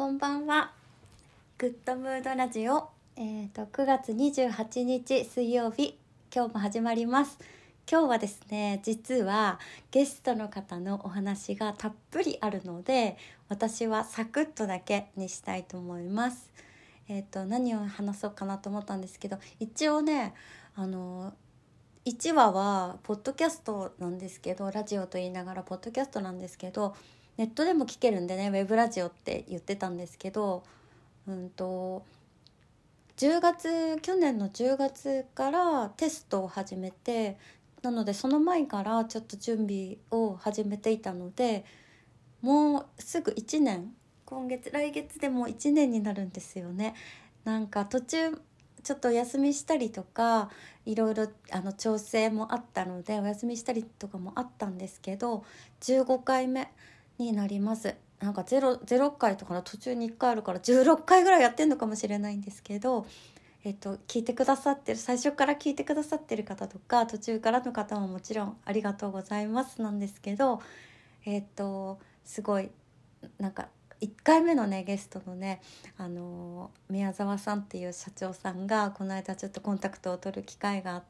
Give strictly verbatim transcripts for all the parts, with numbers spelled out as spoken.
こんばんは。グッドムードラジオ、えーと、くがつにじゅうはちにち水曜日、今日も始まります。今日はですね、実はゲストの方のお話がたっぷりあるので、私はサクッとだけにしたいと思います。えーと、何を話そうかなと思ったんですけど、一応ね、あのいちわはポッドキャストなんですけど、ラジオと言いながらポッドキャストなんですけど、ネットでも聞けるんでね、ウェブラジオって言ってたんですけど、うんとじゅうがつ去年のじゅうがつからテストを始めて、なのでその前からちょっと準備を始めていたので、もうすぐいちねん、今月来月でもういちねんになるんですよね。なんか途中ちょっとお休みしたりとか、いろいろあの調整もあったのでお休みしたりとかもあったんですけど、じゅうごかいめになります。なんかゼロ、ゼロかいとかの途中にいっかいあるからじゅうろっかいぐらいやってんのかもしれないんですけど、えっと、聞いてくださってる、最初から聞いてくださってる方とか途中からの方ももちろんありがとうございますなんですけど、えっとすごいなんかいっかいめのねゲストのね、あのー宮沢さんっていう社長さんがこの間ちょっとコンタクトを取る機会があって、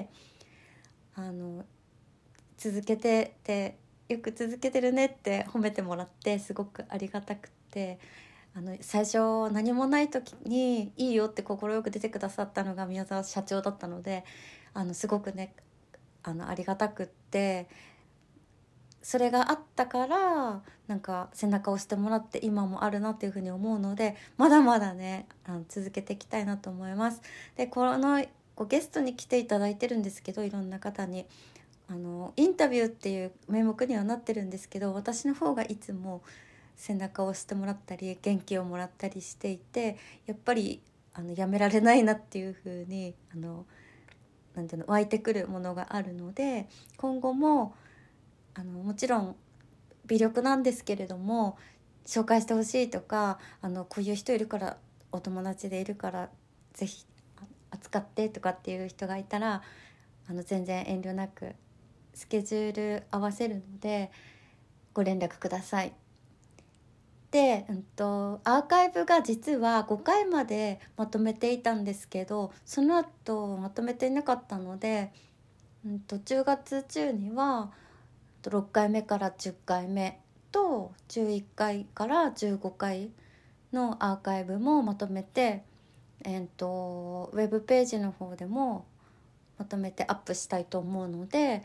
あの続けててよく続けてるねって褒めてもらって、すごくありがたくって、あの最初何もない時にいいよって快く出てくださったのが宮沢社長だったので、あのすごくねあのありがたくって、それがあったからなんか背中を押してもらって今もあるなっていうふうに思うので、まだまだねあの続けていきたいなと思います。でこのこうゲストに来ていただいてるんですけど、いろんな方にあのインタビューっていう名目にはなってるんですけど、私の方がいつも背中を押してもらったり元気をもらったりしていて、やっぱりあのやめられないなっていうふうにあのなんていうの湧いてくるものがあるので、今後もあのもちろん微力なんですけれども、紹介してほしいとか、あのこういう人いるからお友達でいるからぜひ扱ってとかっていう人がいたら、あの全然遠慮なくスケジュール合わせるのでご連絡ください。で、うんと、アーカイブが実はごかいまでまとめていたんですけど、その後まとめていなかったので、うんと、じゅうがつ中にはろっかいめからじゅっかいめとじゅういっかいからじゅうごかいのアーカイブもまとめて、えーと、ウェブページの方でもまとめてアップしたいと思うので、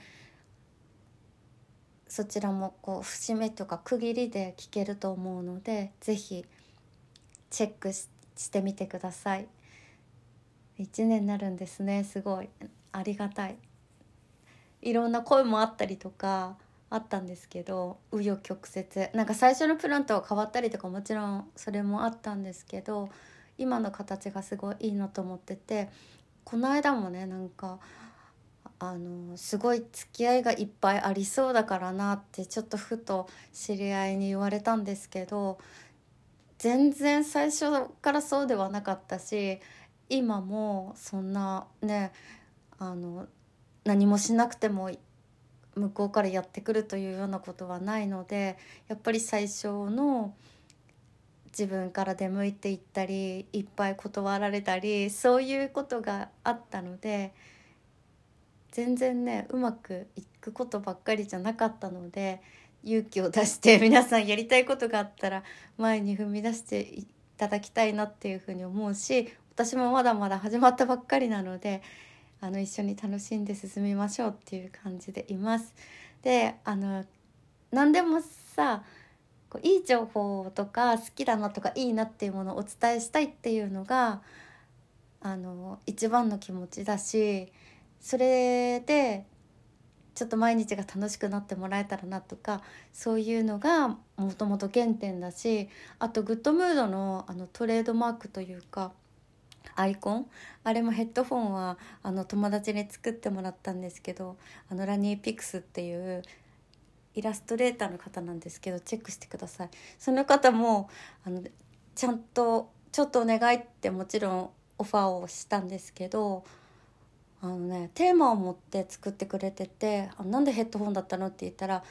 そちらもこう節目とか区切りで聞けると思うので、ぜひチェック し, してみてください。いちねんになるんですね。すごいありがたい。いろんな声もあったりとかあったんですけど、紆余曲折なんか最初のプランとは変わったりとか、もちろんそれもあったんですけど、今の形がすごいいいなと思ってて、この間もねなんかあのすごい付き合いがいっぱいありそうだからなってちょっとふと知り合いに言われたんですけど、全然最初からそうではなかったし、今もそんなねあの何もしなくても向こうからやってくるというようなことはないので、やっぱり最初の自分から出向いていったりいっぱい断られたりそういうことがあったので、全然ねうまくいくことばっかりじゃなかったので、勇気を出して皆さんやりたいことがあったら前に踏み出していただきたいなっていうふうに思うし、私もまだまだ始まったばっかりなので、あの一緒に楽しんで進みましょうっていう感じでいます。で、あの何でもさ、こういい情報とか好きだなとかいいなっていうものをお伝えしたいっていうのがあの一番の気持ちだし、それでちょっと毎日が楽しくなってもらえたらなとか、そういうのがもともと原点だし、あとグッドムードのあのトレードマークというかアイコン、あれもヘッドフォンはあの友達に作ってもらったんですけど、あのラニーピクスっていうイラストレーターの方なんですけど、チェックしてください。その方もあのちゃんとちょっとお願いってもちろんオファーをしたんですけど、あのねテーマを持って作ってくれてて、あなんでヘッドホンだったのって言ったら、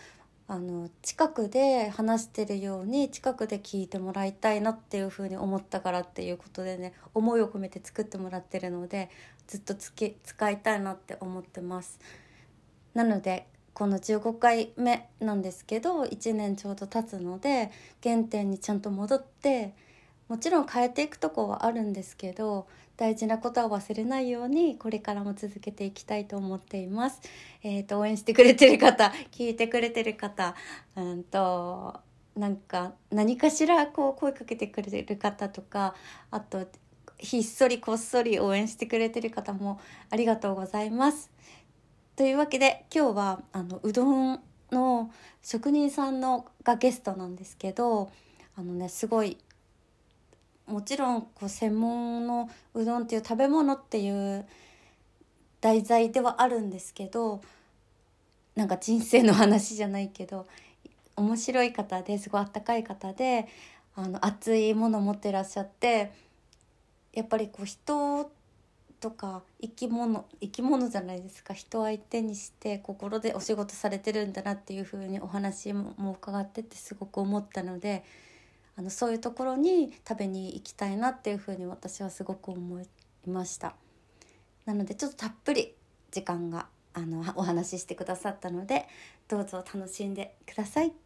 あの近くで話してるように近くで聞いてもらいたいなっていうふうに思ったからっていうことでね、思いを込めて作ってもらってるので、ずっとつけ使いたいなって思ってます。なのでこのじゅうごかいめなんですけど、いちねんちょうど経つので原点にちゃんと戻って、もちろん変えていくとこはあるんですけど、大事なことは忘れないようにこれからも続けていきたいと思っています。えーと応援してくれてる方、聞いてくれてる方、うんとなんか何かしらこう声かけてくれてる方とか、あとひっそりこっそり応援してくれてる方もありがとうございます。というわけで今日はあのうどんの職人さんのがゲストなんですけど、あのねすごいもちろんこう専門のうどんっていう食べ物っていう題材ではあるんですけど、なんか人生の話じゃないけど面白い方ですごいあったかい方で、あの熱いものを持ってらっしゃって、やっぱりこう人とか生き物生き物じゃないですか、人を相手にして心でお仕事されてるんだなっていうふうにお話も伺っててすごく思ったので、あのそういうところに食べに行きたいなっていうふうに私はすごく思いました。なのでちょっとたっぷり時間があのお話ししてくださったので、どうぞ楽しんでください。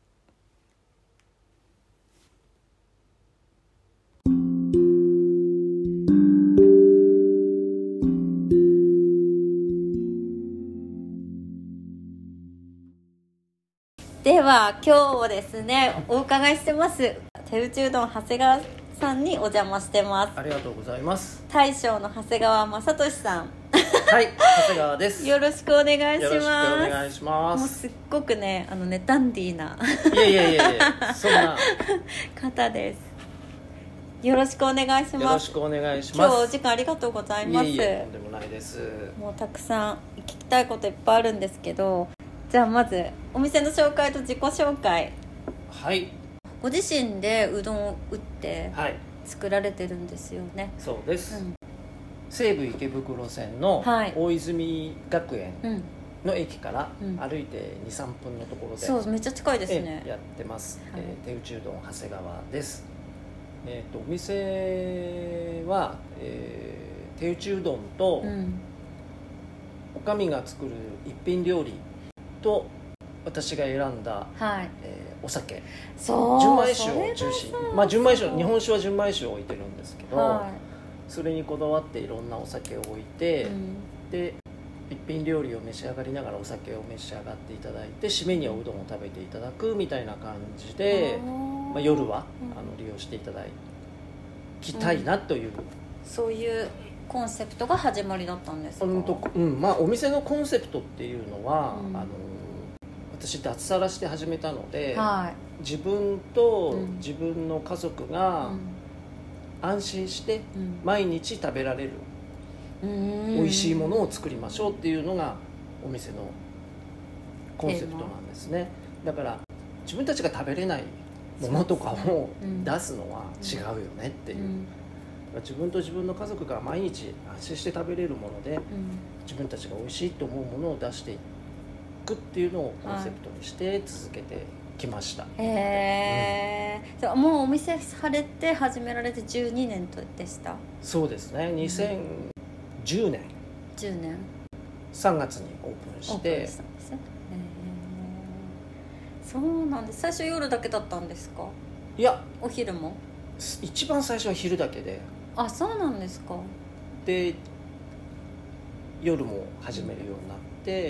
では今日ですね、お伺いしてます手打ちうどん長谷川さんにお邪魔してます。 ありがとうございます。 大将の長谷川正俊さんはい、長谷川です。 よろしくお願いします。 よろしくお願いします。 もうすっごくね、あのねダンディーないやいやいやいや、そんな方です。よろしくお願いします。 よろしくお願いします。 今日お時間ありがとうございます。 いえいえ、とんでもないです。 もうたくさん聞きたいこといっぱいあるんですけど、じゃあまずお店の紹介と自己紹介。 はい。 ご自身でうどんを打ってはい。 作られてるんですよね。 そうです。 うん、 西武池袋線のはい大泉学園うんの駅からうん歩いて に,さん 分のところで、 そうめっちゃ近いですね。 えやってます。 はいえー手打ちうどん長谷川です。えっ、とお店は、えー手打ちうどんと、 うんおかみが作る一品料理と私が選んだ、 はいえーお酒、 そう純米酒を中心に、まあ、純米酒、日本酒は純米酒を置いてるんですけど、 はそれにこだわっていろんなお酒を置いて、 い、うんで一品料理を召し上がりながらお酒を召し上がっていただいて、締めにはうどんを食べていただくみたいな感じで、まあ、夜は、 うんあの利用していただきたいなという、 そういうコンセプトが始まりだったんですか？ うんとうんまあ、お店のコンセプトっていうのは、 うんあの私脱サラして始めたので、 は自分とうん自分の家族い、 が安心してうん毎日食べられるうん美味しいものを作りましょうっていうのがお店のコンセプトなんですね。だから自分たちが食べれないものとかをうん出すのは違うよねっていうう、 ん自分と自分の家族が毎日安心して食べれるものでうん自分たちが美味しいと思うものを出していくっていうのをコンセプトにして続けてきました。 へえ、じゃあもうお店されて始められてじゅうにねんとでした？ そうですね、にせんじゅうねんじゅうねんさんがつにオープンしオープンて、 したんですね。へえ、そうなんです。最初夜だけだったんですか？ いやお昼も？ 一番最初は昼だけで、 あ、そうなんですか。 で夜も始めるようになって、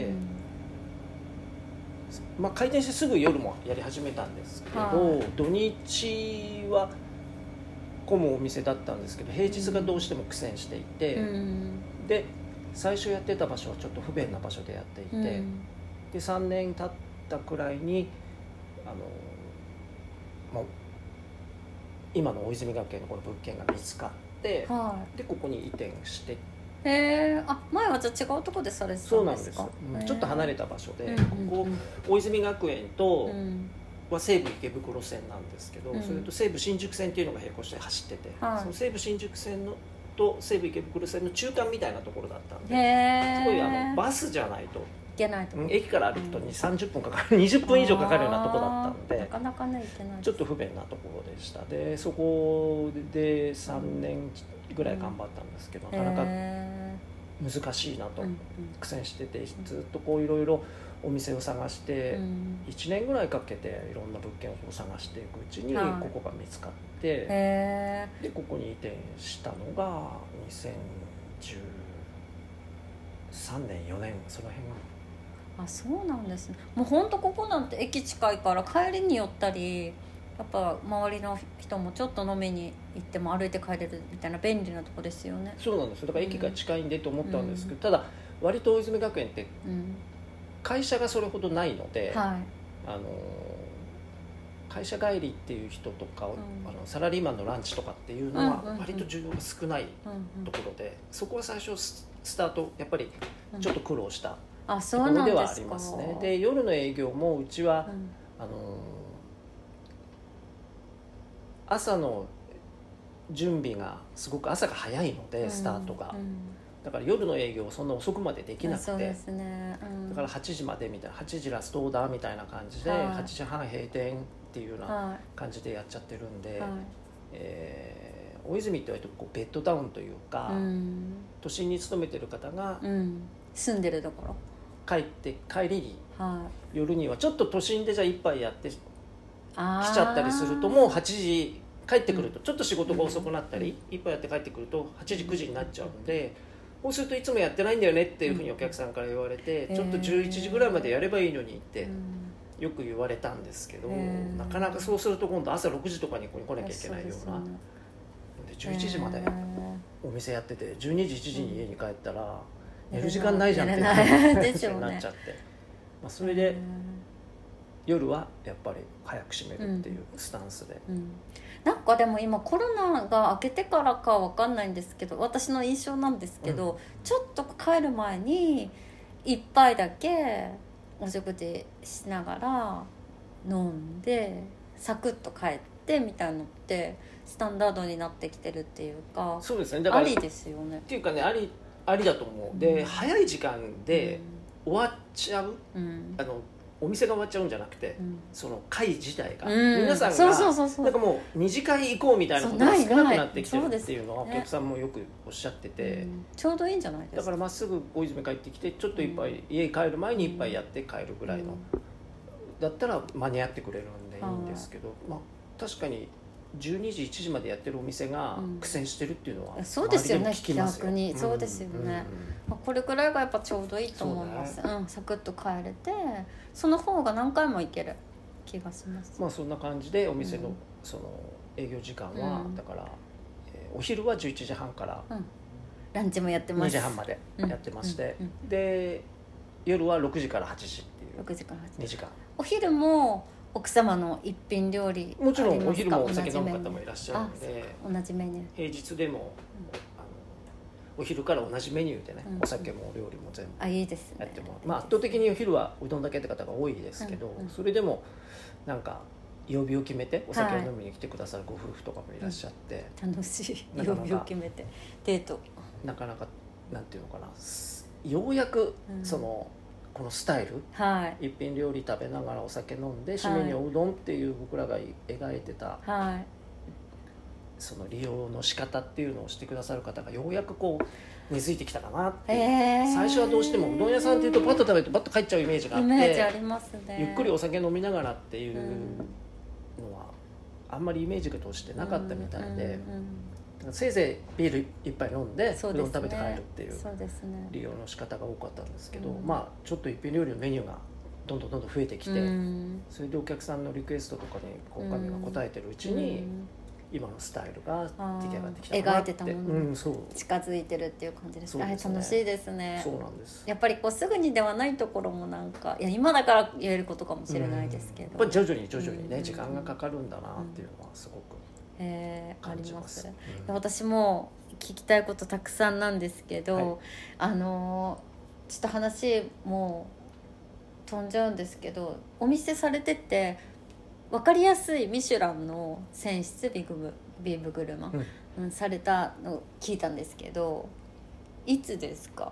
うんまあ、開店してすぐ夜もやり始めたんですけど、 は土日は混むお店だったんですけど、平日がどうしても苦戦していて、 うんで最初やってた場所はちょっと不便な場所でやっていて、 うんでさんねん経ったくらいにあの、まあ、今の大泉学園のこの物件が見つかって、 はでここに移転してい、へえ、あ、前はじゃあ違うとこでされてたそうなんですす、 んでか？ うんちょっと離れた場所で、 うんうんうんここ大泉学園とうんは西武池袋線なんですけど、 うんそれと西武新宿線っていうのが並行して走ってて、 はいその西武新宿線のと西武池袋線の中間みたいなところだったんで、 へえ、 すごいあのバスじゃないとけないとこ、 うん、駅から歩くとにじゅう、さんじゅっぷんかかるにじゅっぷん以上かかるようなとこだったんでなかなかね行けないです。 ちょっと不便なところでした。でそこでさんねんぐらい頑張ったんですけど、うん、なかなか難しいなと苦戦してて、ずっとこういろいろお店を探して、うん、いちねんぐらいかけていろんな物件を探していくうちにここが見つかって、はい、でここに移転したのがにせんじゅうさんねんよねんその辺。 あ、そうなんですね。もうほんとここなんて駅近いから帰りに寄ったり、やっぱ周りの人もちょっと飲みに行っても歩いて帰れるみたいな便利なとこですよね。 そうなんですよ。だから駅が近いんでと思ったんですけど、うん、ただ割と大泉学園って会社がそれほどないので、うん、はい、あの会社帰りっていう人とか、うん、あのサラリーマンのランチとかっていうのは割と需要が少ないところで、そこは最初スタートやっぱりちょっと苦労したところではありますね。で夜の営業もうちは、うん、あの朝の準備がすごく朝が早いので、うん、スタートが、うん、だから夜の営業そんな遅くまでできなくて、そうですね、うん、だからはちじまでみたいな、はちじラストオーダーみたいな感じで、はい、はちじはん閉店っていうような感じでやっちゃってるんで、はい、えー、大泉って割とこうベッドタウンというか、うん、都心に勤めてる方が、 うん、住んでるところ帰って帰りに、はい、夜にはちょっと都心でじゃあ一杯やって来ちゃったりすると、もうはちじ帰ってくるとちょっと仕事が遅くなったり、うん、一杯やって帰ってくるとはちじくじになっちゃうので、そうするといつもやってないんだよねっていうふうにお客さんから言われて、うん、ちょっとじゅういちじぐらいまでやればいいのにってよく言われたんですけど、なかなかそうすると今度朝ろくじとかにここに来なきゃいけないような、でじゅういちじまでお店やっててじゅうにじいちじに家に帰ったら寝る時間ないじゃんっていう話になっちゃって、まあ、それで夜はやっぱり早く閉めるっていうスタンスで、 うんうん、なんかでも今コロナが明けてからかわかんないんですけど、私の印象なんですけど、うん、ちょっと帰る前に一杯だけお食事しながら飲んでサクッと帰ってみたいのってスタンダードになってきてるっていうか、 そうですね、だからありですよねっていうかね、ありありだと思う。で、うん、早い時間で終わっちゃう、うん、あのお店が終わっちゃうんじゃなくて、うん、その会自体が、うん、皆さんがそうそうそうそう、なんかもう二次会行こうみたいなことが少なくなってきてるっていうのはお客さんもよくおっしゃってて、 うん、ちょうどいいんじゃないですか。 だからまっすぐ大泉帰ってきてちょっと一杯、うん、家帰る前に一杯やって帰るぐらいの、うん、だったら間に合ってくれるんでいいんですけど、まあ、確かにじゅうにじいちじまでやってるお店が苦戦してるっていうのは、 うん、そうですよね、逆にそうですよね、うんうんうん、まあ、これくらいがやっぱちょうどいいと思います、ね、うん、サクッと帰れてその方が何回も行ける気がします。 まあそんな感じでお店の、うん、その営業時間は、うん、だから、えー、お昼はじゅういちじはんから、うん、 ランチもやってます、 にじはんまでやってまして、うんうんうん、で夜はろくじからはちじっていうろくじからはちじにじかん。 お昼も奥様の一品料理もちろんお昼もお酒飲む方もいらっしゃるので、 同じメニュー、 平日でも、うん、あのお昼から同じメニューでね、うん、お酒もお料理も全部あいいですねやってもらう、まあ、圧倒的にお昼はうどんだけって方が多いですけど、うんうん、それでもなんか曜日を決めてお酒を飲みに来てくださるご夫婦とかもいらっしゃって、 うん、楽しい曜日を決めてデートなかなかなんていうのかな、ようやくその、うんこのスタイル、はい、一品料理食べながらお酒飲んで締めにおうどんっていう僕らが描いてた、はい、その利用の仕方っていうのをしてくださる方がようやくこう根付いてきたかなっていう、えー、最初はどうしてもうどん屋さんっていうとパッと食べてパッと帰っちゃうイメージがあって、イメージありますね、ゆっくりお酒飲みながらっていうのはあんまりイメージとしてなかったみたいで、うんうんうん、せいぜいビール一杯飲んでうどん食べて帰るっていう利用の仕方が多かったんですけど、うん、まあちょっと一品料理のメニューがどんどんどんどん増えてきて、うん、それでお客さんのリクエストとかにこう神が応えてるうちに、うん、今のスタイルが出来上がってきたかなって、 描いてたものに近づいてるっていう感じですね、うん、 そうですね、 楽しいですね。 そうなんです。 やっぱりこうすぐにではないところもなんかいや今だから言えることかもしれないですけど、 やっぱり徐々に徐々にね、うん、時間がかかるんだなっていうのはすごくえー、あります、うん、私も聞きたいことたくさんなんですけど、はい、あのちょっと話もう飛んじゃうんですけど、お店されてて分かりやすいミシュランの選出ビブビブグルマン、うんうん、されたの聞いたんですけど、いつですか？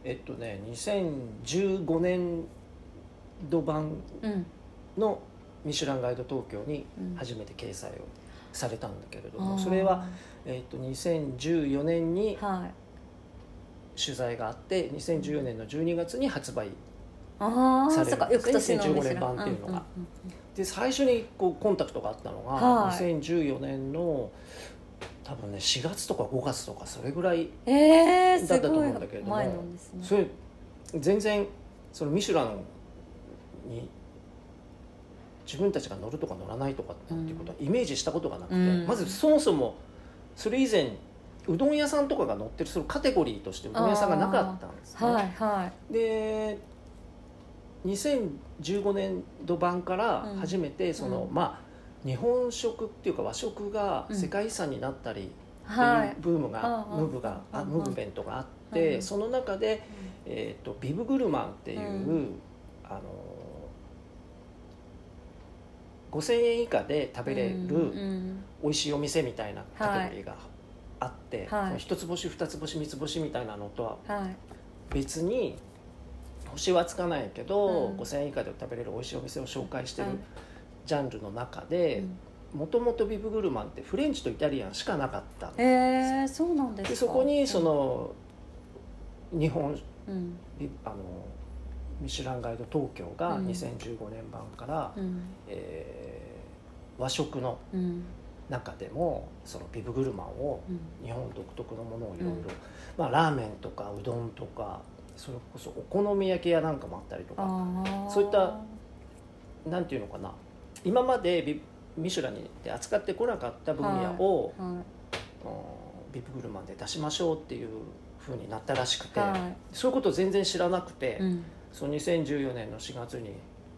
えっとねにせんじゅうごねん度版のミシュランガイド東京に初めて掲載をされたんだけれども、うん、それは、えっと、にせんじゅうよねんに取材があって、はい、にせんじゅうよねんのじゅうにがつに発売されるんですね、にせんじゅうごねん版っていうのが、うんうんうん、で最初にこうコンタクトがあったのが、はい、にせんじゅうよねんの多分ねしがつとかごがつとかそれぐらいだったと思うんだけれども、えー、すごい前なんですね。それ全然そのミシュランに自分たちが乗るとか乗らないとかっていうことはイメージしたことがなくて、うん、まずそもそもそれ以前うどん屋さんとかが乗ってるそのカテゴリーとしてうどん屋さんがなかったんですね、はいはい、でにせんじゅうごねん度版から初めてその、うん、まあ日本食っていうか和食が世界遺産になったりっていうブームが、うん、ムーブがあムーブメントがあって、うん、その中で、えーと、ビブグルマンっていう、うん、あのごせんえん以下で食べれる美味しいお店みたいなカテゴリーがあって、はい、その一つ星二つ星三つ星みたいなのとは別に星はつかないけど、うん、ごせんえん以下で食べれる美味しいお店を紹介してるジャンルの中で、もともとビブグルマンってフレンチとイタリアンしかなかったんです。 えー、そうなんですか。 でそこにその日本、うん、あのミシュランガイド東京がにせんじゅうごねん版から、うんえー、和食の中でもそのビブグルマンを日本独特のものをいろいろ、まあ、ラーメンとかうどんとかそれこそお好み焼き屋なんかもあったりとか、そういったなんていうのかな、今まで ビ, ミシュランで扱ってこなかった分野を、はいはい、ビブグルマンで出しましょうっていう風になったらしくて、はい、そういうことを全然知らなくて、うん、そのにせんじゅうよねんのしがつに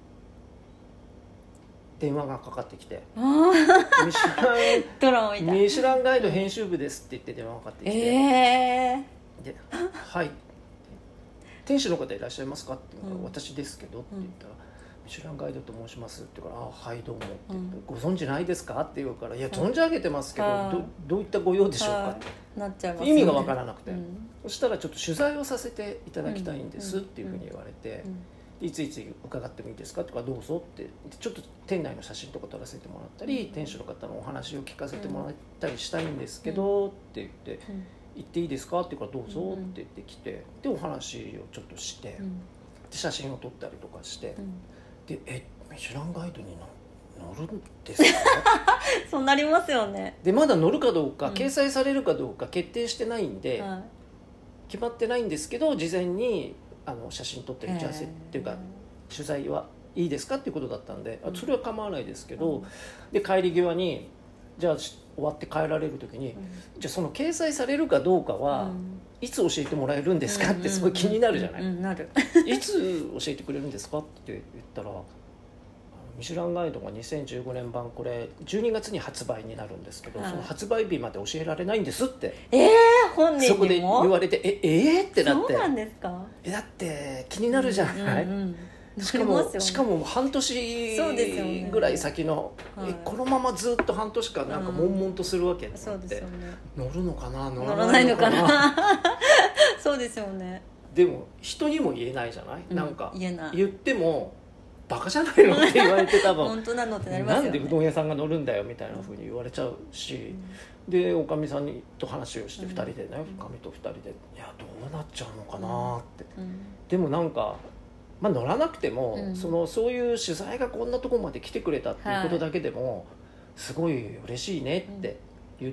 電話がかかってきてミシュランドラマみたいミシュランガイド編集部ですって言って電話がかかってきて、えー、ではい店主の方いらっしゃいますかって言うから、うん、私ですけどって言ったら、うん、ミシュランガイドと申しますって言うから、あはいどうもって、うん、ご存知ないですかって言うから、いや存じ上げてますけど、はい、ど, どういったご用でしょうかってなっちゃいます、ね、 意味が分からなくて、うん、そしたらちょっと取材をさせていただきたいんですっていうふうに言われて、うんうんうん、いついつ伺ってもいいですかとかどうぞってちょっと店内の写真とか撮らせてもらったり、うん、店主の方のお話を聞かせてもらったりしたいんですけど、うん、って言って、うん行っていいですかって言うからどうぞって言ってきて、でお話をちょっとして、うん、で写真を撮ったりとかして、うん、でえミシュランガイドに乗るんですかそうなりますよね。 でまだ乗るかどうか、うん、掲載されるかどうか決定してないんで、はい、決まってないんですけど事前にあの写真撮って打ち合わせっていうか取材はいいですかっていうことだったんで、うん、それは構わないですけど、うん、で帰り際にじゃあ終わって帰られる時に、うん、じゃあその掲載されるかどうかは、うん、いつ教えてもらえるんですかってすごい気になるじゃない、うんうんうん、なるいつ教えてくれるんですかって言ったらミシュランガイドがにせんじゅうごねん版これじゅうにがつに発売になるんですけど、はい、その発売日まで教えられないんですってえー、本人にもそこで言われてええー、ってなってそうなんですか。 えだって気になるじゃない、うんうんうんしかも、ね、しかも半年ぐらい先の、ねはい、えこのままずっと半年間なんか悶々とするわけって、うん、そうですよね、乗るのかな乗らないのかな、乗らないのかなそうですよね。 でも人にも言えないじゃない、うん、なんか言えない言ってもバカじゃないのって言われて多分本当なのってなりますよね。 なんでうどん屋さんが乗るんだよみたいな風に言われちゃうし、うん、でおかみさんにと話をしてふたりでね、おかみとふたりでいやどうなっちゃうのかなって、うん、でもなんかまあ、乗らなくても、うん、そのそういう取材がこんなところまで来てくれたっていうことだけでも、はい、すごい嬉しいねって言って、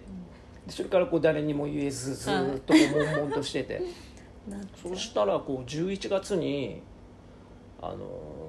うん、それからこう誰にも言えずずっと悶々としてて、はい、そしたらこうじゅういちがつにあの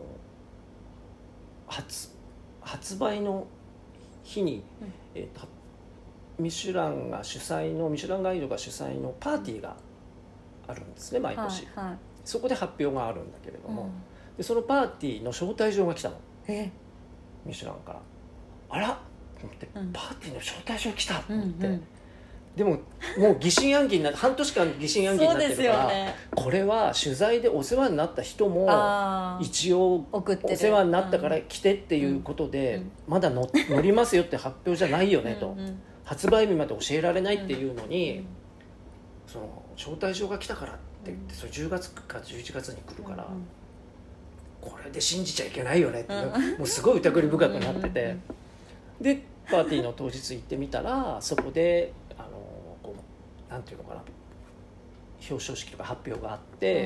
発, 発売の日に、うんえー、とミシュランが主催のミシュランガイドが主催のパーティーがあるんですね毎年、はいはいそこで発表があるんだけれども、うん、でそのパーティーの招待状が来たのえミシュランからあらと思って、うん、パーティーの招待状来たと思って、うんうん、でももう疑心暗鬼になって半年間疑心暗鬼になってるから、ね、これは取材でお世話になった人も一応お世話になったから来てっていうことで、うん、まだ 乗, 乗りますよって発表じゃないよねとうん、うん、発売日まで教えられないっていうのに、うん、その招待状が来たから言って、それじゅうがつかじゅういちがつに来るから、うんうん、これで信じちゃいけないよねって、うん、もうすごい疑り深くなっててでパーティーの当日行ってみたらそこであのこうなんていうのかな表彰式とか発表があって、うん、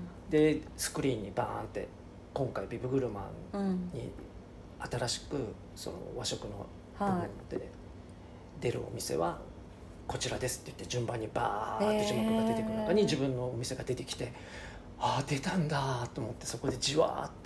でスクリーンにバーンって今回ビブグルマンに新しくその和食の部分で出るお店はこちらですって言って順番にバーって字幕が出てくる中に自分のお店が出てきて、ああ出たんだと思ってそこでじわーって、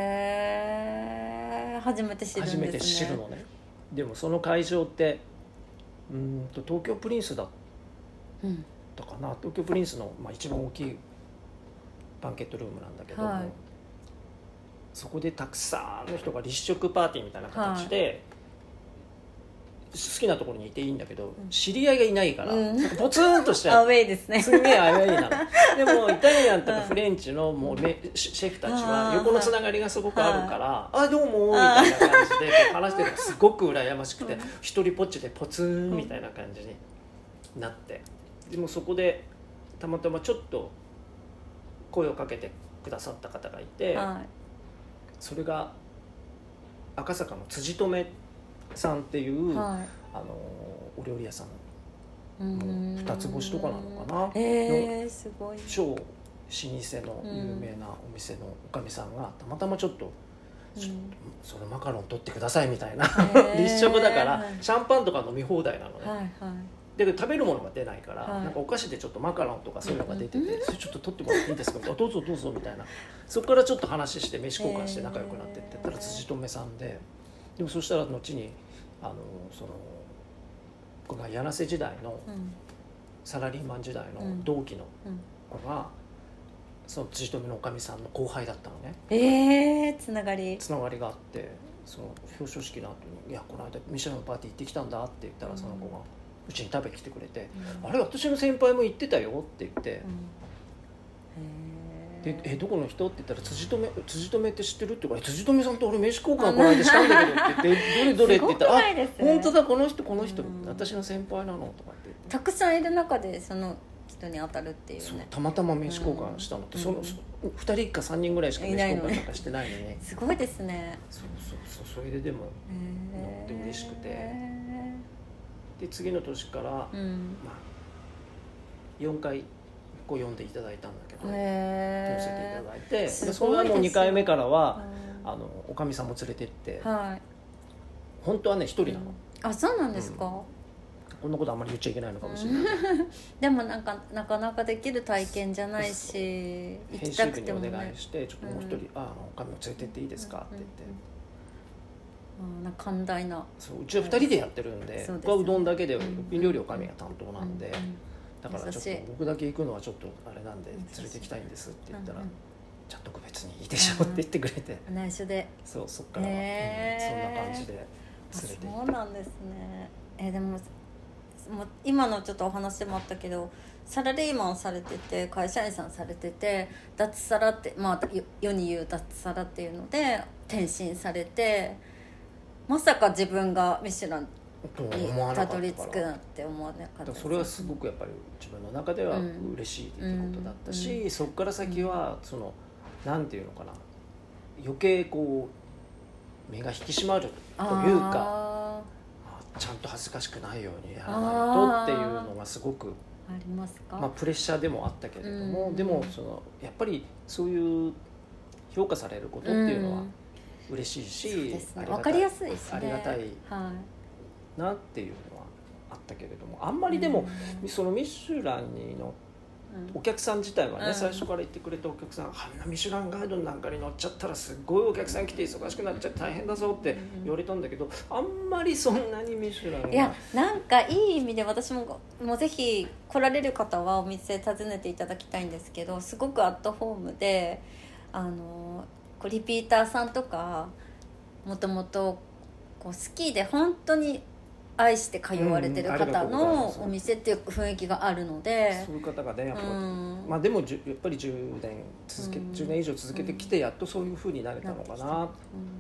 へー初めて知るんですね。 初めて知るのね。でもその会場ってうんと東京プリンスだったかな、うん、東京プリンスの、まあ、一番大きいバンケットルームなんだけども、はい、そこでたくさんの人が立食パーティーみたいな形で、はい好きなところにいていいんだけど、うん、知り合いがいないから、うん、ポツンとしちゃうアウェイですね。 すんげえアウェイなのでもイタリアンとかフレンチのもうメシェフたちは横のつながりがすごくあるからあどうもみたいな感じで話してるのがすごく羨ましくて一人ぽっちでポツンみたいな感じになってでもそこでたまたまちょっと声をかけてくださった方がいて、はい、それが赤坂の辻留さんっていう、はい、あのお料理屋さんもう二つ星とかなのかな、 えー、すごい超老舗の有名なお店のおかみさんがたまたまちょっと、うん、ちょっとそのマカロン取ってくださいみたいな、えー、立食だからシャンパンとか飲み放題なのね、はいはい、で食べるものが出ないから、はい、なんかお菓子でちょっとマカロンとかそういうのが出てて、うん、それちょっと取ってもらっていいですかどうぞどうぞみたいなそこからちょっと話して飯交換して仲良くなってってったら辻留さんででもそしたら後にあのその僕が柳瀬時代の、うん、サラリーマン時代の同期の子が、うん、その辻留のおかみさんの後輩だったのね。 えー、つながりつながりがあってその表彰式の後に「いやこの間ミシュランのパーティー行ってきたんだ」って言ったらその子がうちに食べに来てくれて「うん、あれ私の先輩も行ってたよ」って言って、うんでえどこの人って言ったら辻留辻留って知ってるって言うから辻留さんと俺名刺交換この間したんだけどって言ってどれどれって言ったら、ね、あ本当だこの人この人、うん、私の先輩なのとかって言ってたくさんいる中でその人に当たるっていうねそうたまたま名刺交換したのって、うん、そのふたりかさんにんぐらいしか名刺交換なんかしてないのに、ね、 すごいですね。 そうそうそうそれででも乗って嬉しくてで次の年から、うんまあ、よんかいこう読んでいただいたんだけど寄せていただいてでそれはもうにかいめからはあのおかみさんも連れてって、はい、本当はね一人なの、うん、 あそうなんですか、うん、 こんなことあんまり言っちゃいけないのかもしれない、 うん、でもなんかなかなかできる体験じゃないし行きたくても、ね、 編集部にお願いしてちょっともう一人、うん、あのおかみを連れてっていいですか、って言って、 うんうん、なんか寛大なそううちはふたりでやってるんで僕はうどんだけで一品料理おかみが担当なんで、うんうんだからちょっと僕だけ行くのはちょっとあれなんで連れて行きたいんですって言ったら、うんうん、じゃあ特別にいいでしょって言ってくれて、 うん、内緒でそうそっから、えーうん、そんな感じで連れて行ってそうなんですね。えー、でももう今のちょっとお話もあったけどサラリーマンされてて会社員さんされてて脱サラってまあ世に言う脱サラっていうので転身されてまさか自分がミシュランにたどり着くなって思わなかった。 それはすごくやっぱり自分の中では嬉しいっていうことだったし、うんうん、そこから先はそのなんていうのかな余計こう身が引き締まるというかちゃんと恥ずかしくないようにやらないとっていうのがすごくありますか、 まあ、プレッシャーでもあったけれども、うん、でもそのやっぱりそういう評価されることっていうのは嬉しいし、うんね、 分かりやすいですね。 ありがたい、はいなっていうのはあったけれどもあんまりでも、うん、そのミシュランにのお客さん自体はね、うん、最初から言ってくれたお客さんあんなミシュランガイドなんかに乗っちゃったらすごいお客さん来て忙しくなっちゃって大変だぞって言われたんだけどあんまりそんなにミシュランがいやなんかいい意味で私ももうぜひ来られる方はお店訪ねていただきたいんですけどすごくアットホームであのリピーターさんとかもともと好きで本当に愛して通われてる方のお店っていう雰囲気があるのでそういう方がねやっぱ、うんまあ、でもやっぱりじゅうねん続け、うん、じゅうねん以上続けてきてやっとそういう風になれたのかな、うん、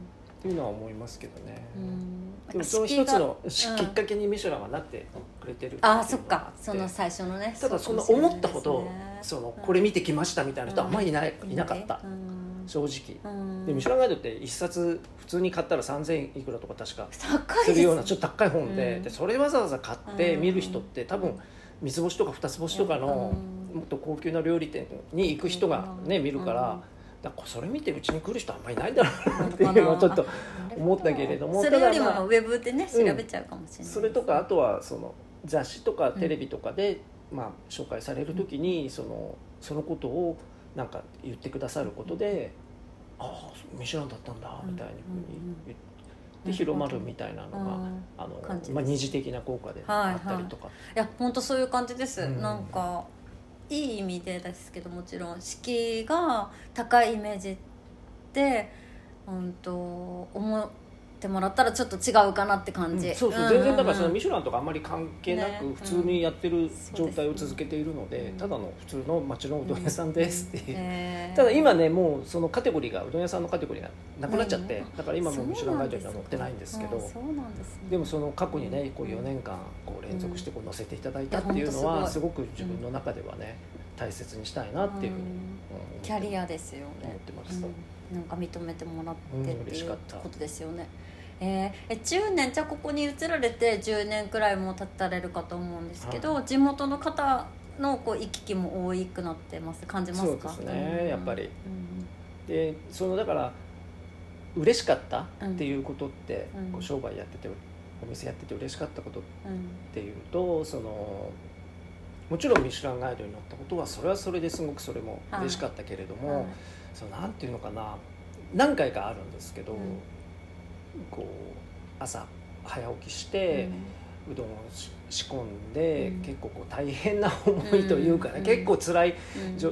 っていうのは思いますけどね。でもその一つのきっかけにミシュランはなってくれてるっていうのがあって、 ああそっか、その最初のね。 ただその思ったほどそのこれ見てきましたみたいな人はあんまりいない、いなかった、正直。でミシュランガイドって一冊普通に買ったらさんぜんいくらとか確かするようなちょっと高い本で、でそれわざわざ買って見る人って多分三つ星とか二つ星とかのもっと高級な料理店に行く人がね見るから、だからそれ見てうちに来る人あんまりいないんだろうなっていうのはちょっと思ったけれども、 それよりもウェブでね調べちゃうかもしれない、 それとかあとはその雑誌とかテレビとかで、まあ、紹介される時にそのそのことをなんか言ってくださることで、ああミシュランだったんだみたいに言って広まるみたいなのが、あのまあ、二次的な効果であったりとか、 はいはい、いや本当そういう感じです、うん、なんかいい意味でですけど、もちろん敷居が高いイメージって本当思ってもらったらちょっと違うかなって感じ、 うん、そうそう、うんうんうん、全然だからそのミシュランとかあんまり関係なく普通にやってる状態を続けているので、ね、うん、ただの普通の町のうどん屋さんですっていう、うんえー、ただ今ねもうそのカテゴリーがうどん屋さんのカテゴリーがなくなっちゃって、だから今もうミシュランガイドには載ってないんですけど、 そうなんですね、 でもその過去にねこうよねんかんこう連続してこう載せていただいたっていうのはすごく自分の中ではね大切にしたいなっていうふうに、うん、 キャリアですよね、 思ってます、 うん、なんか認めてもらってっていうことですよね、うん、えー、えじゅうねんじゃあここに移られてじゅうねんくらいも経たれるかと思うんですけど、はい、地元の方のこう行き来も多くなってます感じますか？ そうですね、うん、やっぱり、うん、でそのだから嬉しかったっていうことって、うん、こう商売やっててお店やってて嬉しかったことっていうと、うん、そのもちろんミシュランガイドに載ったことはそれはそれですごくそれも嬉しかったけれども、はいはい、そのなんていうのかな、何回かあるんですけど、うん、こう朝早起きして、うん、うどんを仕込んで、うん、結構こう大変な思いというかね、うん、結構辛い、うん、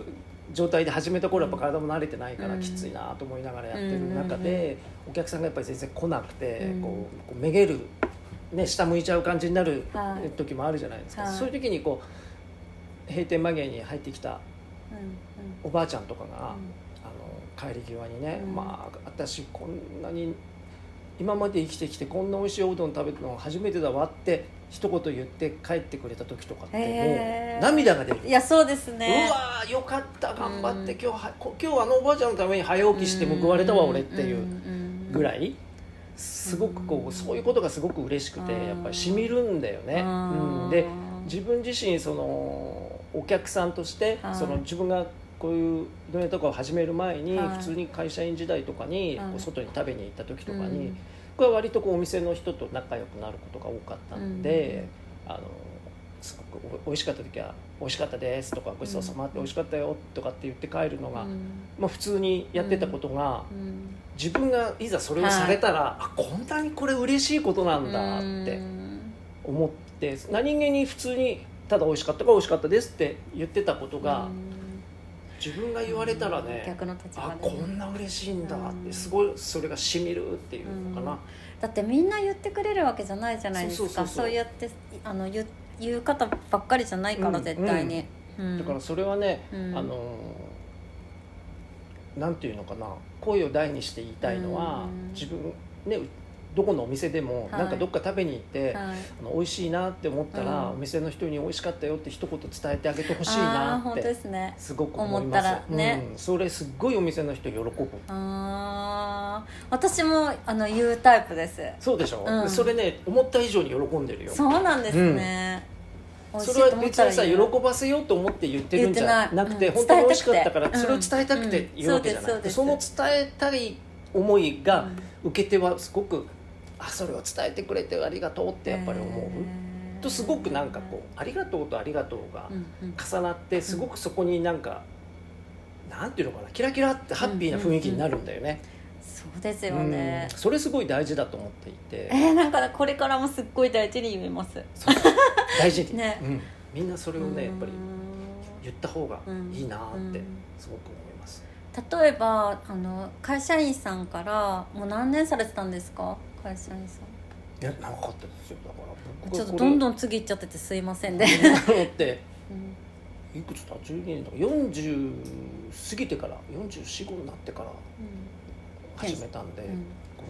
状態で始めた頃やっぱ体も慣れてないからきついなと思いながらやってる中で、お客さんがやっぱり全然来なくて、こうめげる、ね、下向いちゃう感じになる時もあるじゃないですか、はい、そういう時にこう閉店間際に入ってきたおばあちゃんとかが、うん、あの帰り際にね、うん、まあ私こんなに今まで生きてきてこんな美味しいおうどん食べたの初めてだわって一言言って帰ってくれた時とかってもう涙が出る。 いやそうですね。 うわよかった頑張って、うん、今日は今日あのおばあちゃんのために早起きして報われたわ、うん、俺っていうぐらいすごくこうそういうことがすごく嬉しくてやっぱりしみるんだよね、うん、で自分自身そのお客さんとしてその自分がこういううどん屋とかを始める前に普通に会社員時代とかにこう外に食べに行った時とかにこれは割とこうお店の人と仲良くなることが多かったんで、あのすごくおいしかった時は美味しかったですとかごちそうさまって美味しかったよとかって言って帰るのが、まあ、普通にやってたことが自分がいざそれをされたら、あこんなにこれ嬉しいことなんだって思って何気に普通にただ美味しかったから美味しかったですって言ってたことが自分が言われたらね、 逆の立場でね、 あこんな嬉しいんだってすごいそれがしみるっていうのかな。 だってみんな言ってくれるわけじゃないじゃないですか。そうやってあの 言, 言う方ばっかりじゃないから、うん、絶対に、うん、 だからそれはね、うん、あのなんていうのかな、声を大にして言いたいのは、うん、自分ねどこのお店でも、はい、なんかどっか食べに行って、はい、あの美味しいなって思ったら、うん、お店の人に美味しかったよって一言伝えてあげてほしいなってすごく思います。思ったらね、うん、それすっごいお店の人喜ぶ。 あ私もあの言うタイプです。 そうでしょ、うん、それね思った以上に喜んでるよ。 そうなんですね、うん、 それは別にさ喜ばせようと思って言ってるんじゃなくて、うん、本当に美味しかったからそれを伝えたくて言うわけじゃない、うんうん、その伝えたい思いが受け手はすごくあそれを伝えてくれてありがとうってやっぱり思う、えー、とすごくなんかこうありがとうとありがとうが重なってすごくそこになんか、うん、なんていうのかなキラキラってハッピーな雰囲気になるんだよね、うんうんうん、 そうですよね、 うん、それすごい大事だと思っていて、 えー、なんかこれからもすっごい大事に言います。 そう大事に、ねうん、みんなそれをねやっぱり言った方がいいなってすごく思います。 例えばあの会社員さんからもう何年されてたんですか？会社員さん。 いや長かったですよ。だからちょっとどんどん次行っちゃっててすいませんね。 って、うん、いくつだじゅうにねんとかよんじゅう過ぎてからよんじゅうよん、ごになってから始めたんで、うん、ご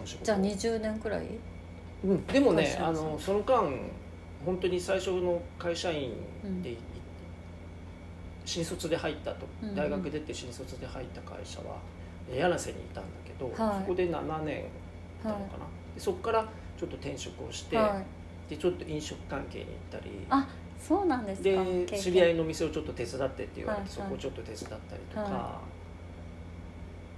の仕事。 じゃあにじゅうねんくらい、 うん、でもねあのその間本当に最初の会社員で、うん、新卒で入ったと、うんうん、大学出て新卒で入った会社は柳瀬にいたんだけど、はい、そこでななねんいたのかな、はい、でそこからちょっと転職をして、はい、でちょっと飲食関係に行ったり、 あ、そうなんですか。 で知り合いの店をちょっと手伝ってって言われて、はい、そこをちょっと手伝ったりとか、はい、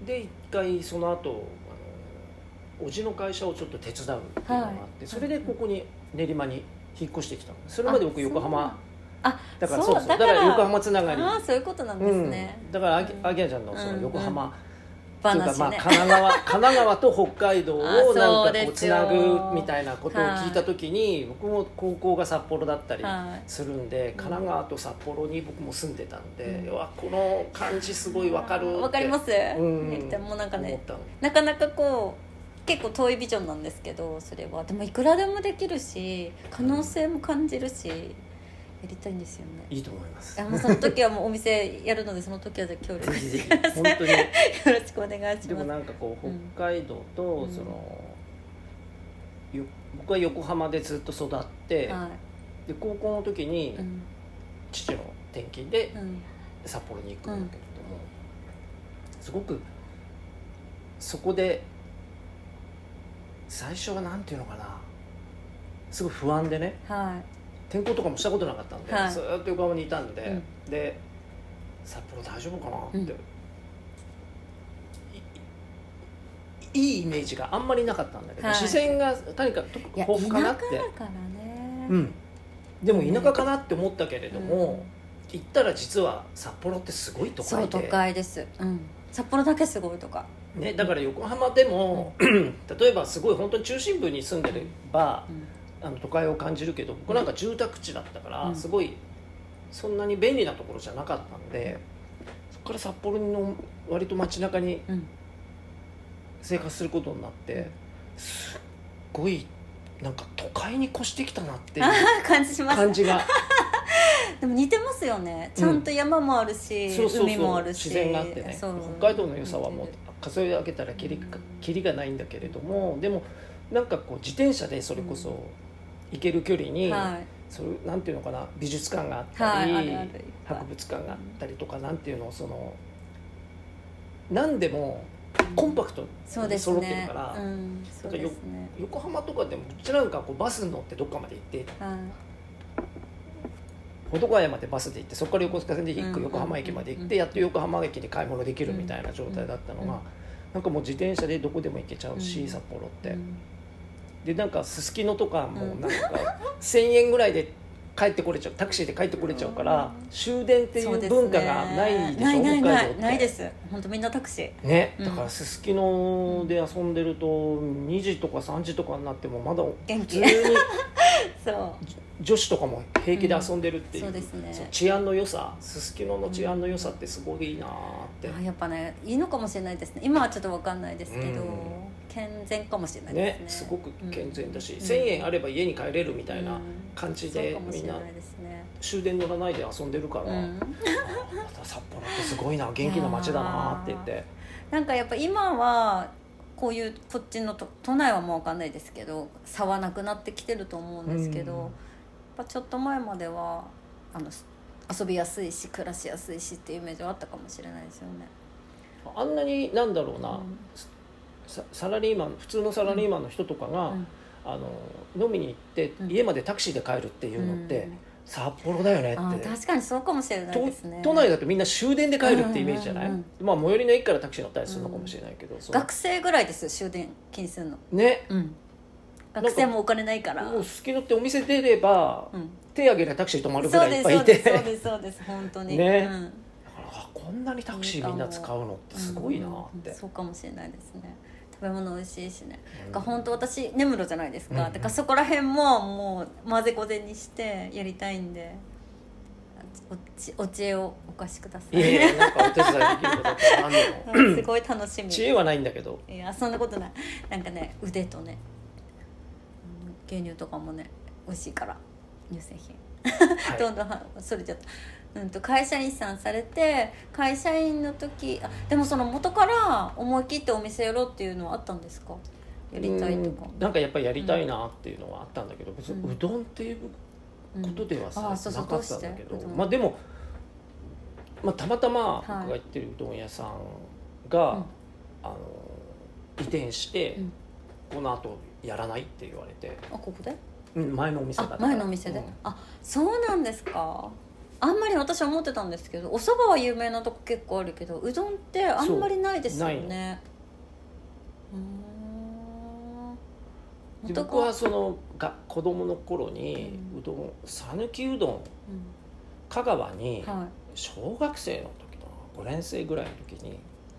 で一回その後あのおじの会社をちょっと手伝うっていうのがあって、はい、それでここに練馬に引っ越してきたの。それまで僕横浜、 あ、 だからそうそう、だから横浜つながり。 あ、そういうことなんですね、 うん、だからあきあきらちゃんのその横浜、うんうんっていうか、 まあ、神奈川神奈川と北海道をなんかこうつなぐみたいなことを聞いた時に、僕も高校が札幌だったりするんで、神奈川と札幌に僕も住んでたんで、うわこの感じすごい分かるって分かります、うん、でもなんかね、なかなかこう結構遠いビジョンなんですけど、それはでもいくらでもできるし可能性も感じるし、やりたいんですよね。 いいと思います。 いやもうその時はもうお店やるので、その時は協力してください。本当によろしくお願いします。 でもなんかこう北海道とその、うん、よ僕は横浜でずっと育って、はい、で高校の時に父の転勤で札幌に行くんだけれども、うん、すごくそこで最初はなんていうのかな、すごい不安でね。はい、転校とかもしたことなかったんで、はい、ずっと横浜にいたんで、うん、で札幌大丈夫かなって、うん、い, いいイメージがあんまりなかったんだけど、はい、自然がとにかく豊富かなって、 田舎だからね、 うん、でも田舎かなって思ったけれども、うん、行ったら実は札幌ってすごい都会で、 そう都会です、うん、札幌だけすごいとか、 ね、だから横浜でも、うん、例えばすごい本当に中心部に住んでれば、うんあの都会を感じるけど、僕なんか住宅地だったから、うん、すごいそんなに便利なところじゃなかったんで、そこから札幌の割と街中に生活することになって、すっごいなんか都会に越してきたなっていう感じします感じがでも似てますよね。ちゃんと山もあるし、うん、そうそうそう、海もあるし、 自然があってね。北海道の良さはもう数え上げたらキリ、キリがないんだけれども、でもなんかこう自転車でそれこそ、うん行ける距離に、はい、そういうなんていうのかな、美術館があったり、はい、あるある博物館があったりとか、なんていうの、その何でもコンパクトに揃ってるから、横浜とかでもうちなんかこうバスに乗ってどっかまで行って、はい、保土ヶ谷までバスで行って、そこから横須賀線で一区横浜駅まで行って、やっと横浜駅で買い物できるみたいな状態だったのが、なんかもう自転車でどこでも行けちゃうし、札幌って。でなんかすすきのとかもなんかせんえんぐらいで帰ってこれちゃう、タクシーで帰ってこれちゃうから、終電っていう文化がないでしょ、 ないない北海道って。ないです、本当みんなタクシーね、だからすすきので遊んでるとにじとかさんじとかになってもまだ普通にそう女子とかも平気で遊んでるっていう、うん、そうですね、そう治安の良さ、すすきのの治安の良さってすごいいいなって、 うん、あやっぱねいいのかもしれないですね。今はちょっと分かんないですけど、うん、健全かもしれないですね。 ね、すごく健全だし、うん、せんえんあれば家に帰れるみたいな感じで、みんな終電乗らないで遊んでるから、うん、あまた札幌ってすごいな、元気な街だなって言って、 なんかやっぱ今はこういうこっちのと都内はもう分かんないですけど、差はなくなってきてると思うんですけど、うん、やっぱちょっと前まではあの遊びやすいし暮らしやすいしっていうイメージはあったかもしれないですよね。 あんなになんだろうな、うん、サ, サラリーマン普通のサラリーマンの人とかが、うん、あの飲みに行って家までタクシーで帰るっていうのって、うん、札幌だよねって。あ確かにそうかもしれないですね。 都内だとみんな終電で帰るってイメージじゃない、うんうんうん、まあ最寄りの駅からタクシー乗ったりするのかもしれないけど、うん、 学生ぐらいです終電気にするのね、 うん、学生もお金ないからもうすすきのってお店出れば、うん、手挙げればタクシー止まるぐらいいっぱいいて、 そうですそうです本当にね、うん、だからこんなにタクシーみんな使うのってすごいなって、 うん、そうかもしれないですね。食べ物美味しいしね、うん、本当私根室じゃないですか、うん、だからそこら辺ももう混ぜこぜにしてやりたいんで、お, ちお知恵をお貸しください。 いやいやなんかお手伝いできることってあんのすごい楽しみ。 知恵はないんだけど、 いやそんなことない。なんかね腕とね牛乳とかもね美味しいから乳製品、はい、どんどんそれちゃった、うん、と会社員さんされて会社員の時あでもその元から思い切ってお店やろうっていうのはあったんですか？ やりたいとか、 なんかやっぱりやりたいなっていうのはあったんだけど、別にうどんっていうことではさ、うん、なかったんだけど、まあでも、まあ、たまたま僕が行ってるうどん屋さんが、はい、あの移転して、うん、この後やらないって言われて。 あ、ここで？ うん、前のお店だった。 前のお店で、うん、あ、そうなんですか。あんまり私は思ってたんですけど、お蕎麦は有名なとこ結構あるけど、うどんってあんまりないですよね。 うーん、で僕はそのが子供の頃に、うん、うどん、讃岐うどん、うん、香川に小学生の時のごねん生ぐらいの時に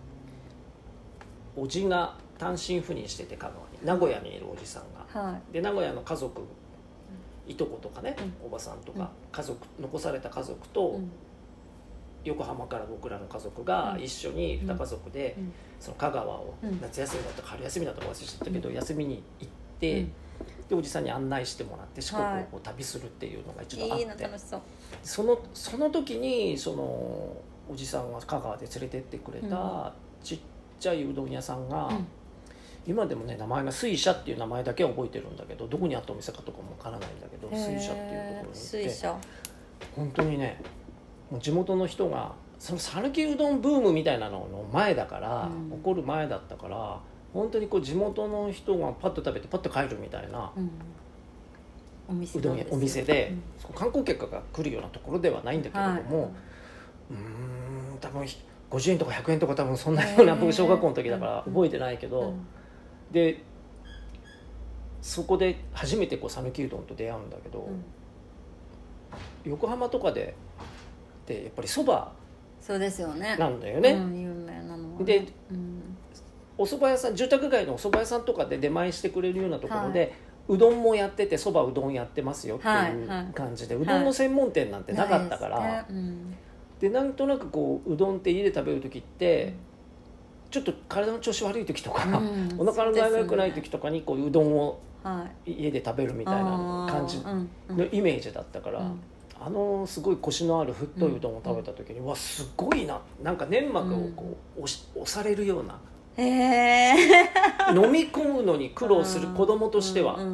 おじが単身赴任してて、香川に名古屋にいるおじさんが、はい、で名古屋の家族、いとことかね、うん、おばさんとか、うん、家族残された家族と、うん、横浜から僕らの家族が一緒にに家族で、うん、その香川を、うん、夏休みだったか春休みだったか忘れちゃったけど、うん、休みに行って、うん、でおじさんに案内してもらって四国をこう旅するっていうのが一度あって、はい、いいな、楽しそう。そのその時にそのおじさんが香川で連れてってくれたちっちゃいうどん屋さんが、うん、今でもね名前が水車っていう名前だけは覚えてるんだけど、どこにあったお店かとかもわからないんだけど、水車っていうところに行って、水車本当にね、もう地元の人がその讃岐うどんブームみたいなのの前だから、うん、起こる前だったから、本当にこう地元の人がパッと食べてパッと帰るみたいな、うん、お店うどん屋お店で、うん、観光客が来るようなところではないんだけれども、はい、うーん多分ごじゅうえんとかひゃくえんとか多分そんなような、僕小学校の時だから覚えてないけど、うん、でそこで初めてこう讃岐うどんと出会うんだけど、うん、横浜とかででやっぱりそばそうですよねなんだよね、 うん、有名なのは、ね、 で、うん、お蕎麦屋さん、住宅街のお蕎麦屋さんとかで出前してくれるようなところで、はい、うどんもやっててそばうどんやってますよっていう感じで、はいはい、うどんの専門店なんてなかったから、はい、でなんとなくこううどんって家で食べる時って、うん、ちょっと体の調子悪い時とか、うん、お腹の具合が良くない時とかにこううどんを家で食べるみたいな感じのイメージだったから、うんうん、あのすごいコシのある太いうどんを食べた時に、うん、わすごいな、なんか粘膜をこう 押, し押されるような、 へ飲み込むのに苦労する子供としては、うんうんうん、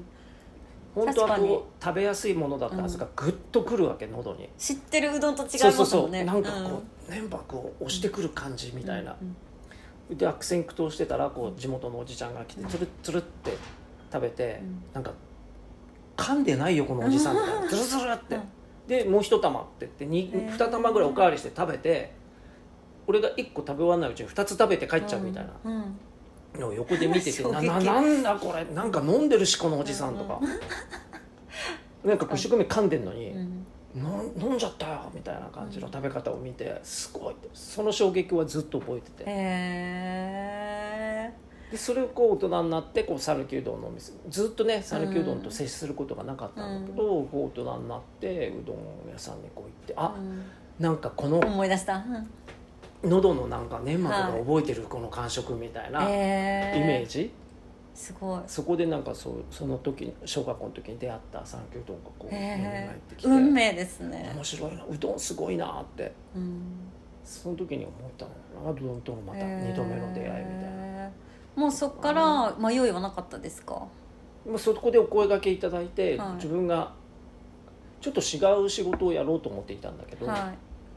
本当はこう食べやすいものだったはずがグッとくるわけ、喉に。 知ってるうどんと違いますもんね。そうそうそう、 なんかこう、うん、粘膜を押してくる感じみたいな、うんうん、で悪戦苦闘してたらこう地元のおじちゃんが来てつるつるって食べて、うん、なんか噛んでないよこのおじさんみたいな、ズルズルって、うん、でもう一玉って言って 2, 2玉ぐらいおかわりして食べて、俺がいっこ食べ終わらないうちにふたつ食べて帰っちゃうみたいなのを横で見てて、うんうん、な, な, なんだこれ、なんか飲んでるしこのおじさんとか、うん、なんか一生懸命噛んでんのに、うん、飲んじゃったよみたいな感じの食べ方を見て、すごいって、その衝撃はずっと覚えてて、 へー、 でそれをこう大人になってこう讃岐うどんのお店、ずっとね讃岐うどんと接することがなかったんだけど、うん、こう大人になってうどん屋さんにこう行って、あ、うん、なんかこの思い出した、 うん、喉のなんか粘膜が覚えてるこの感触みたいなイメージ、 すごい、 そこでなんか そ, その時小学校の時に出会った讃岐うどんがこう蘇ってきて、 運命ですね、 面白いな、うどんすごいなって、うん、その時に思ったのがうどんとのまたにどめの出会いみたいな。 もうそこから迷いはなかったですか？ そこでお声掛けいただいて、はい、自分がちょっと違う仕事をやろうと思っていたんだけど、はい、あの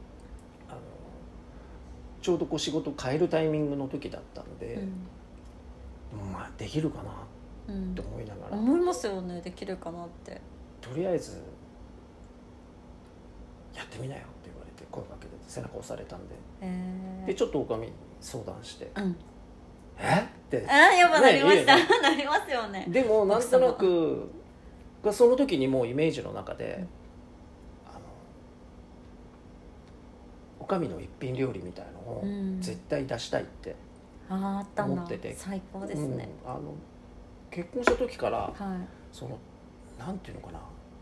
ちょうどこう仕事を変えるタイミングの時だったので、うん、まあできるかなって思いながら、 うん、思いますよね、できるかなって。 とりあえずやってみなよって言われて声かけて背中押されたんで、えー、でちょっとおかみに相談して、うん、えってあやっぱなりました、ね、なりますよね。 でもなんとなくその時にもうイメージの中で、うん、あのおかみの一品料理みたいのを絶対出したいって思ってて、 うん、最高ですね、 うん、あの結婚した時から、はい、そのなんていうのかな、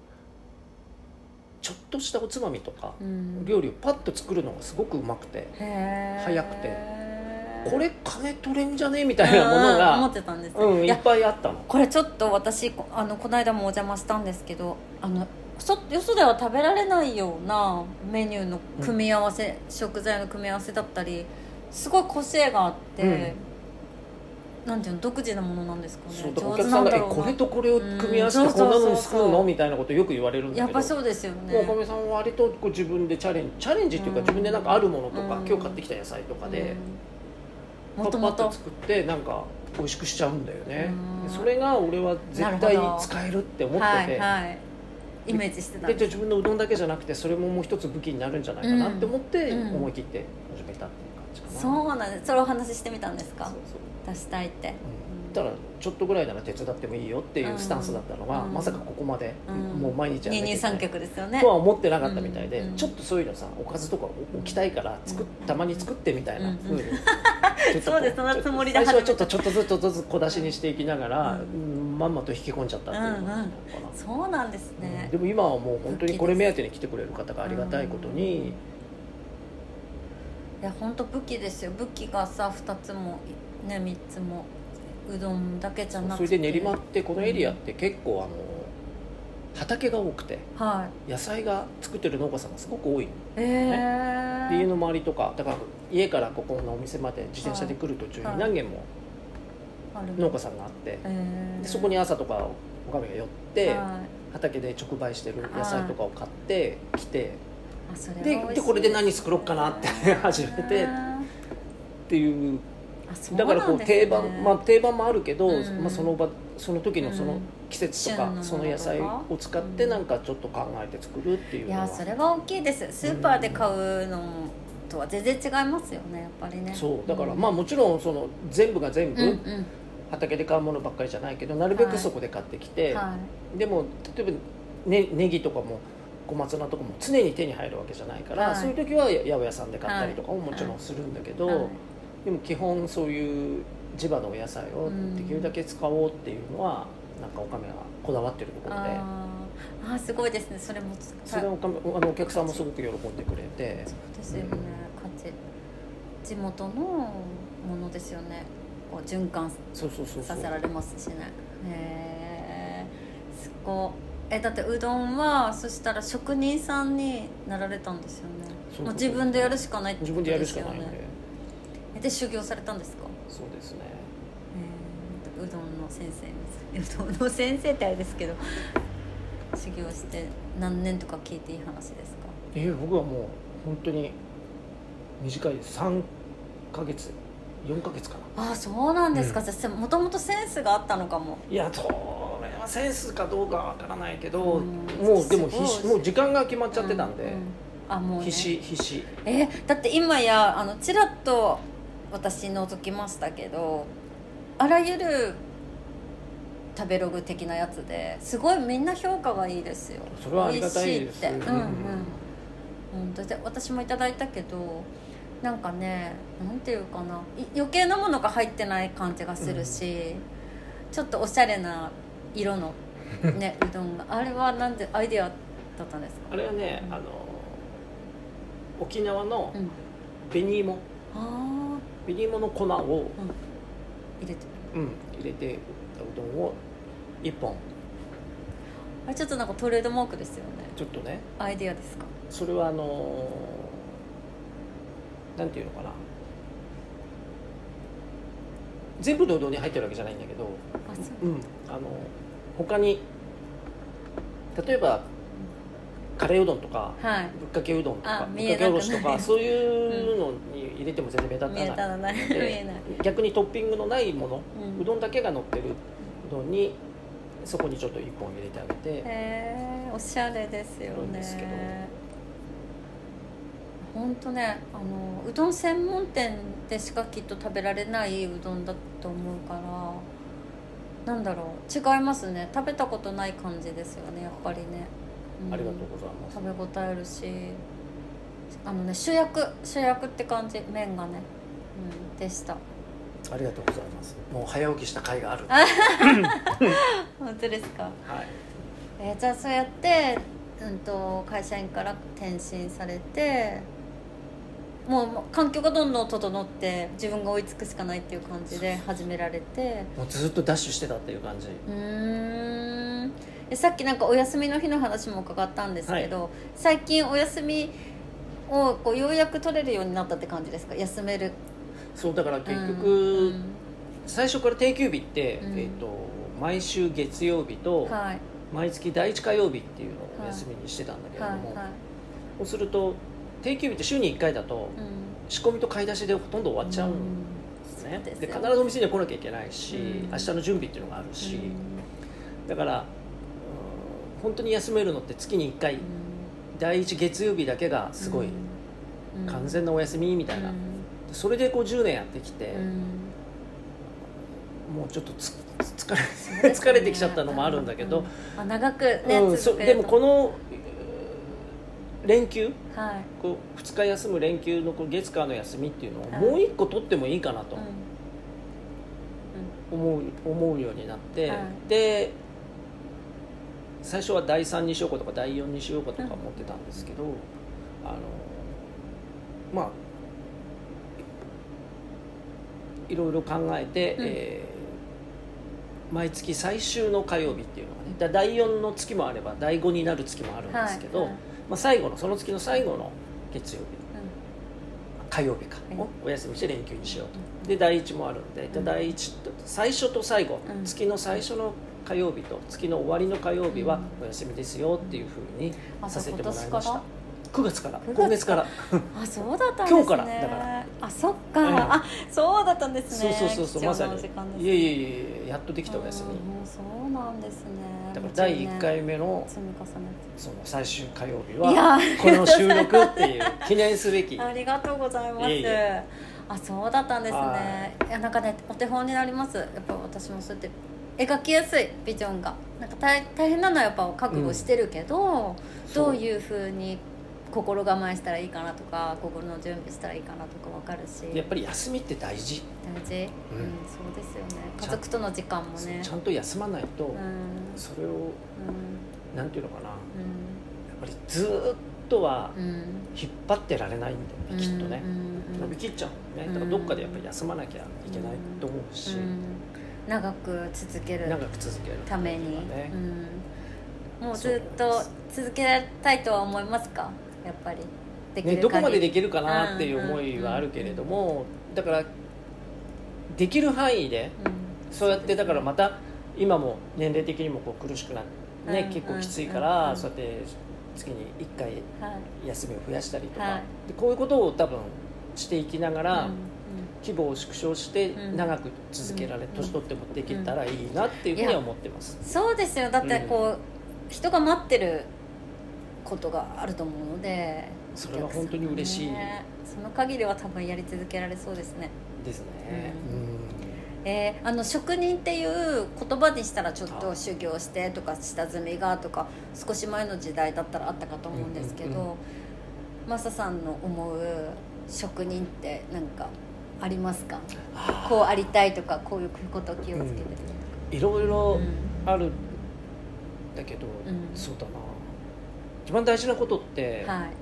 ちょっとしたおつまみとか、うん、料理をパッと作るのがすごくうまくて早くて、これ金取れんじゃねみたいなものが思ってたんです、ね、 うん、いっぱいあったの。 これちょっと私あのこの間もお邪魔したんですけど、あのそよそでは食べられないようなメニューの組み合わせ、うん、食材の組み合わせだったりすごい個性があって、 なんていうの独自なものなんですかね。 そうだからお客さんがえこれとこれを組み合わせてこんなのに作るのみたいなことよく言われるんだけど、 やっぱそうですよね。 おかみさんは割とこう自分でチャレンジチャレンジっていうか、自分でなんかあるものとか、今日買ってきた野菜とかでパッパッと作ってなんか美味しくしちゃうんだよね。それが俺は絶対使えるって思ってて、はいはい、 イメージしてたんで自分のうどんだけじゃなくてそれももう一つ武器になるんじゃないかなって思って思い切って始めたっていう感じかな。 そうなんです。それをお話ししてみたんですか。そうそう出したいって、 うん、だからちょっとぐらいなら手伝ってもいいよっていうスタンスだったのが、うん、まさかここまで、うん、もう毎日やらなきゃいけない二人三脚ですよねとは思ってなかったみたいで、うん、ちょっとそういうのさおかずとか置きたいから作っ、うん、たまに作ってみたいな風に、 うん、そうですそのつもりで最初はちょっとちょっとずつちょっとずつ小出しにしていきながら、うん、まんまと引き込んじゃったっていうのが、うんうん、 そうなんですね、 うん、でも今はもう本当にこれ目当てに来てくれる方がありがたいことに、うん、いや本当武器ですよ。武器がさふたつもねみっつもうどんだけじゃなくて、 それで練馬ってこのエリアって結構あの畑が多くて、はい、野菜が作ってる農家さんがすごく多い、 えーね、家の周りとかだから家からここのお店まで自転車で来る途中に何軒も農家さんがあって、はい、でそこに朝とかおかみが寄って、はい、畑で直売してる野菜とかを買ってきて、はい、で, でこれで何作ろうかなって始めてっていう。だからこう定番、まあ、定番もあるけど、うんまあ、その場その時のその季節とか、うん、その野菜を使ってなんかちょっと考えて作るっていうのは、 いやそれは大きいです。スーパーで買うのとは全然違いますよねやっぱりね。 そうだから、うん、まあもちろんその全部が全部、うんうん、畑で買うものばっかりじゃないけどなるべくそこで買ってきて、はい、でも例えば ね, ネギとかも小松菜とかも常に手に入るわけじゃないから、はい、そういう時は八百屋さんで買ったりとかももちろんするんだけど、はいはいでも基本そういう地場のお野菜をできるだけ使おうっていうのはなんかおかみがこだわってるところで、 ああすごいですね。それもそれをおかみあのお客さんもすごく喜んでくれて、 そうですよね、うん、価値地元のものですよね。こう循環させられますしね。へえすごい。えだってうどんはそしたら職人さんになられたんですよね。そうそうそうもう自分でやるしかないってことですよね。 自分でやるしかないんで。 で修行されたんですか。 そうですね、 えー、うどんの先生です。うどんの先生ってあれですけど修行して何年とか聞いていい話ですか。 えー、僕はもう本当に短いです。さんかげつよんかげつかな。ああそうなんですか。じゃあもともとセンスがあったのかも。 いやそれはセンスかどうかわからないけど、うん、もうでも必死もう時間が決まっちゃってたんで、うんうんあもうね、必死必死えー、だって今やあのちらっと私覗きましたけどあらゆる食べログ的なやつですごいみんな評価がいいですよ。 それはありがたいです。 美味しいって、うんうん、本当で私もいただいたけどなんかねなんていうかな余計なものが入ってない感じがするし、うん、ちょっとおしゃれな色のねうどんがあれはなんでアイデアだったんですか。 あれはね、うん、あの沖縄の紅芋、うん、あ紅芋の粉を、うん、 入れてうん入れてうどんをいっぽん。 あれちょっとなんかトレードマークですよね。 ちょっとねアイデアですか。 それはあのー、なんていうのかな全部のうどんに入ってるわけじゃないんだけどあそう、うん、あの他に例えばカレーうどんとか、はい、ぶっかけうどんとかぶっかけおろしとかそういうのに入れても全然目立たないので逆にトッピングのないもの、うん、うどんだけが乗ってるうどんにそこにちょっといっぽん入れてあげて。 へーおしゃれですよね。ほんとねあのうどん専門店でしかきっと食べられないうどんだと思うからなんだろう違いますね。食べたことない感じですよねやっぱりね。 うん、ありがとうございます。 食べ応えあるしあのね主役主役って感じ麺がね、うん、でした。 ありがとうございます。もう早起きした甲斐がある。 本当ですか。 はい。 えー、じゃあそうやって、うんと会社員から転身されてもう環境がどんどん整って自分が追いつくしかないっていう感じで始められてもうずっとダッシュしてたっていう感じ。 うーんさっきなんかお休みの日の話も伺ったんですけど、はい、最近お休みをこうようやく取れるようになったって感じですか。休める。 そうだから結局、うんうん、 最初から定休日って、 うんえー、と毎週月曜日とはい毎月第一火曜日っていうのをお休みにしてたんだけれども、 はいはいそうすると定休日って週にいっかいだとうん仕込みと買い出しでほとんど終わっちゃうんですね、 うんそうですでよ必ずお店に来なきゃいけないし、 うん明日の準備っていうのがあるし、 うんだから、うん、本当に休めるのって月にいっかい、 うん第一月曜日だけがすごいうん完全なお休みみたいな、 うんそれでこうじゅうねんやってきて、 うんもうちょっとつ疲れ、 そうですね疲れてきちゃったのもあるんだけど、 うんあ長くね、 うん、そ続けるとでもこの連休はいこうふつか休む連休のこう月火の休みっていうのをはいもういっこ取ってもいいかなとうん思う、思うようになって、 はいで最初はだいさんにしようかとかだいよんにしようかとか思ってたんですけど、あのまあいろいろ考えて、 うんえー毎月最終の火曜日っていうのがねだだいよんの月もあればだいごになる月もあるんですけど、 はいはいまあ、最後のその月の最後の月曜日火曜日か、 はいをお休みして連休にしようとでだいいちもあるんで、 うんだいいちと最初と最後、 うん月の最初の火曜日と月の終わりの火曜日はお休みですよっていうふうにあさせてもらいました今年からくがつからくがつ今月からあそうだったんですね今日からだからあそっか、 うんあそうだったんですそうねそうそうそう貴重なおまさに時間ですいえいえいえやっとできたお休みうんもうそうなんですねだからだいいっかいめの積み重ねその最終火曜日ていやはこの収録っていう記念すべきありがとうございますいえいえあそうだったんですはねいやなんかねお手本になりますやっぱ私もそうやって描きやすいビジョンがなんか 大, 大変なのはやっぱ覚悟してるけど、うん、どういうふうに心構えしたらいいかなとか心の準備したらいいかなとか分かるしやっぱり休みって大事大事、うん、うん、そうですよね家族との時間もねちゃんと休まないと、 うん、 それを、うん、なんていうのかな、 うん、 やっぱりずっとはうん引っ張ってられないんだよね、きっとね、 うん、 伸びきっちゃうねだからどっかでやっぱり休まなきゃいけないと思うし、 うん、長く続ける長く続けるために、 ねうん、もうずっと続けたいとは思いますかやっぱりできる限り、 ね、どこまでできるかなっていう思いはあるけれども、だからできる範囲で、うん、そうやってだからまた今も年齢的にもこう苦しくなってね、うん、結構きついから、うん、そうやって月にいっかい休みを増やしたりとか、はい、でこういうことを多分していきながら、うん、規模を縮小して長く続けられ、年取ってもできたらいいなっていうふうには思ってます。 そうですよだってこう、人が待ってることがあると思うのでそれは本当に嬉しい、 ね、その限りは多分やり続けられそうですねですね、 うんえー、あの職人っていう言葉にしたらちょっと修行してとか下積みがとか少し前の時代だったらあったかと思うんですけど、うんうんうん、マサさんの思う職人って何かありますか？こうありたいとかこういうことを気をつけてる、 うん、いろいろあるんだけど、うん、そうだな一番大事なことって、はい、うん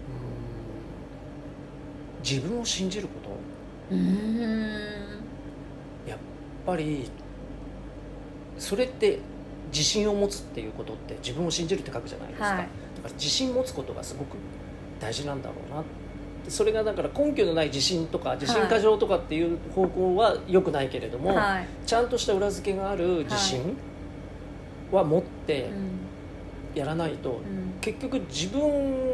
自分を信じること、うん、やっぱりそれって自信を持つっていうことって自分を信じるって書くじゃないですか、はい、だから自信持つことがすごく大事なんだろうなそれがだから根拠のない自信とか自信過剰とかっていう方向は良くないけれども、はい、ちゃんとした裏付けがある自信は持ってやらないと、はいうん、結局自分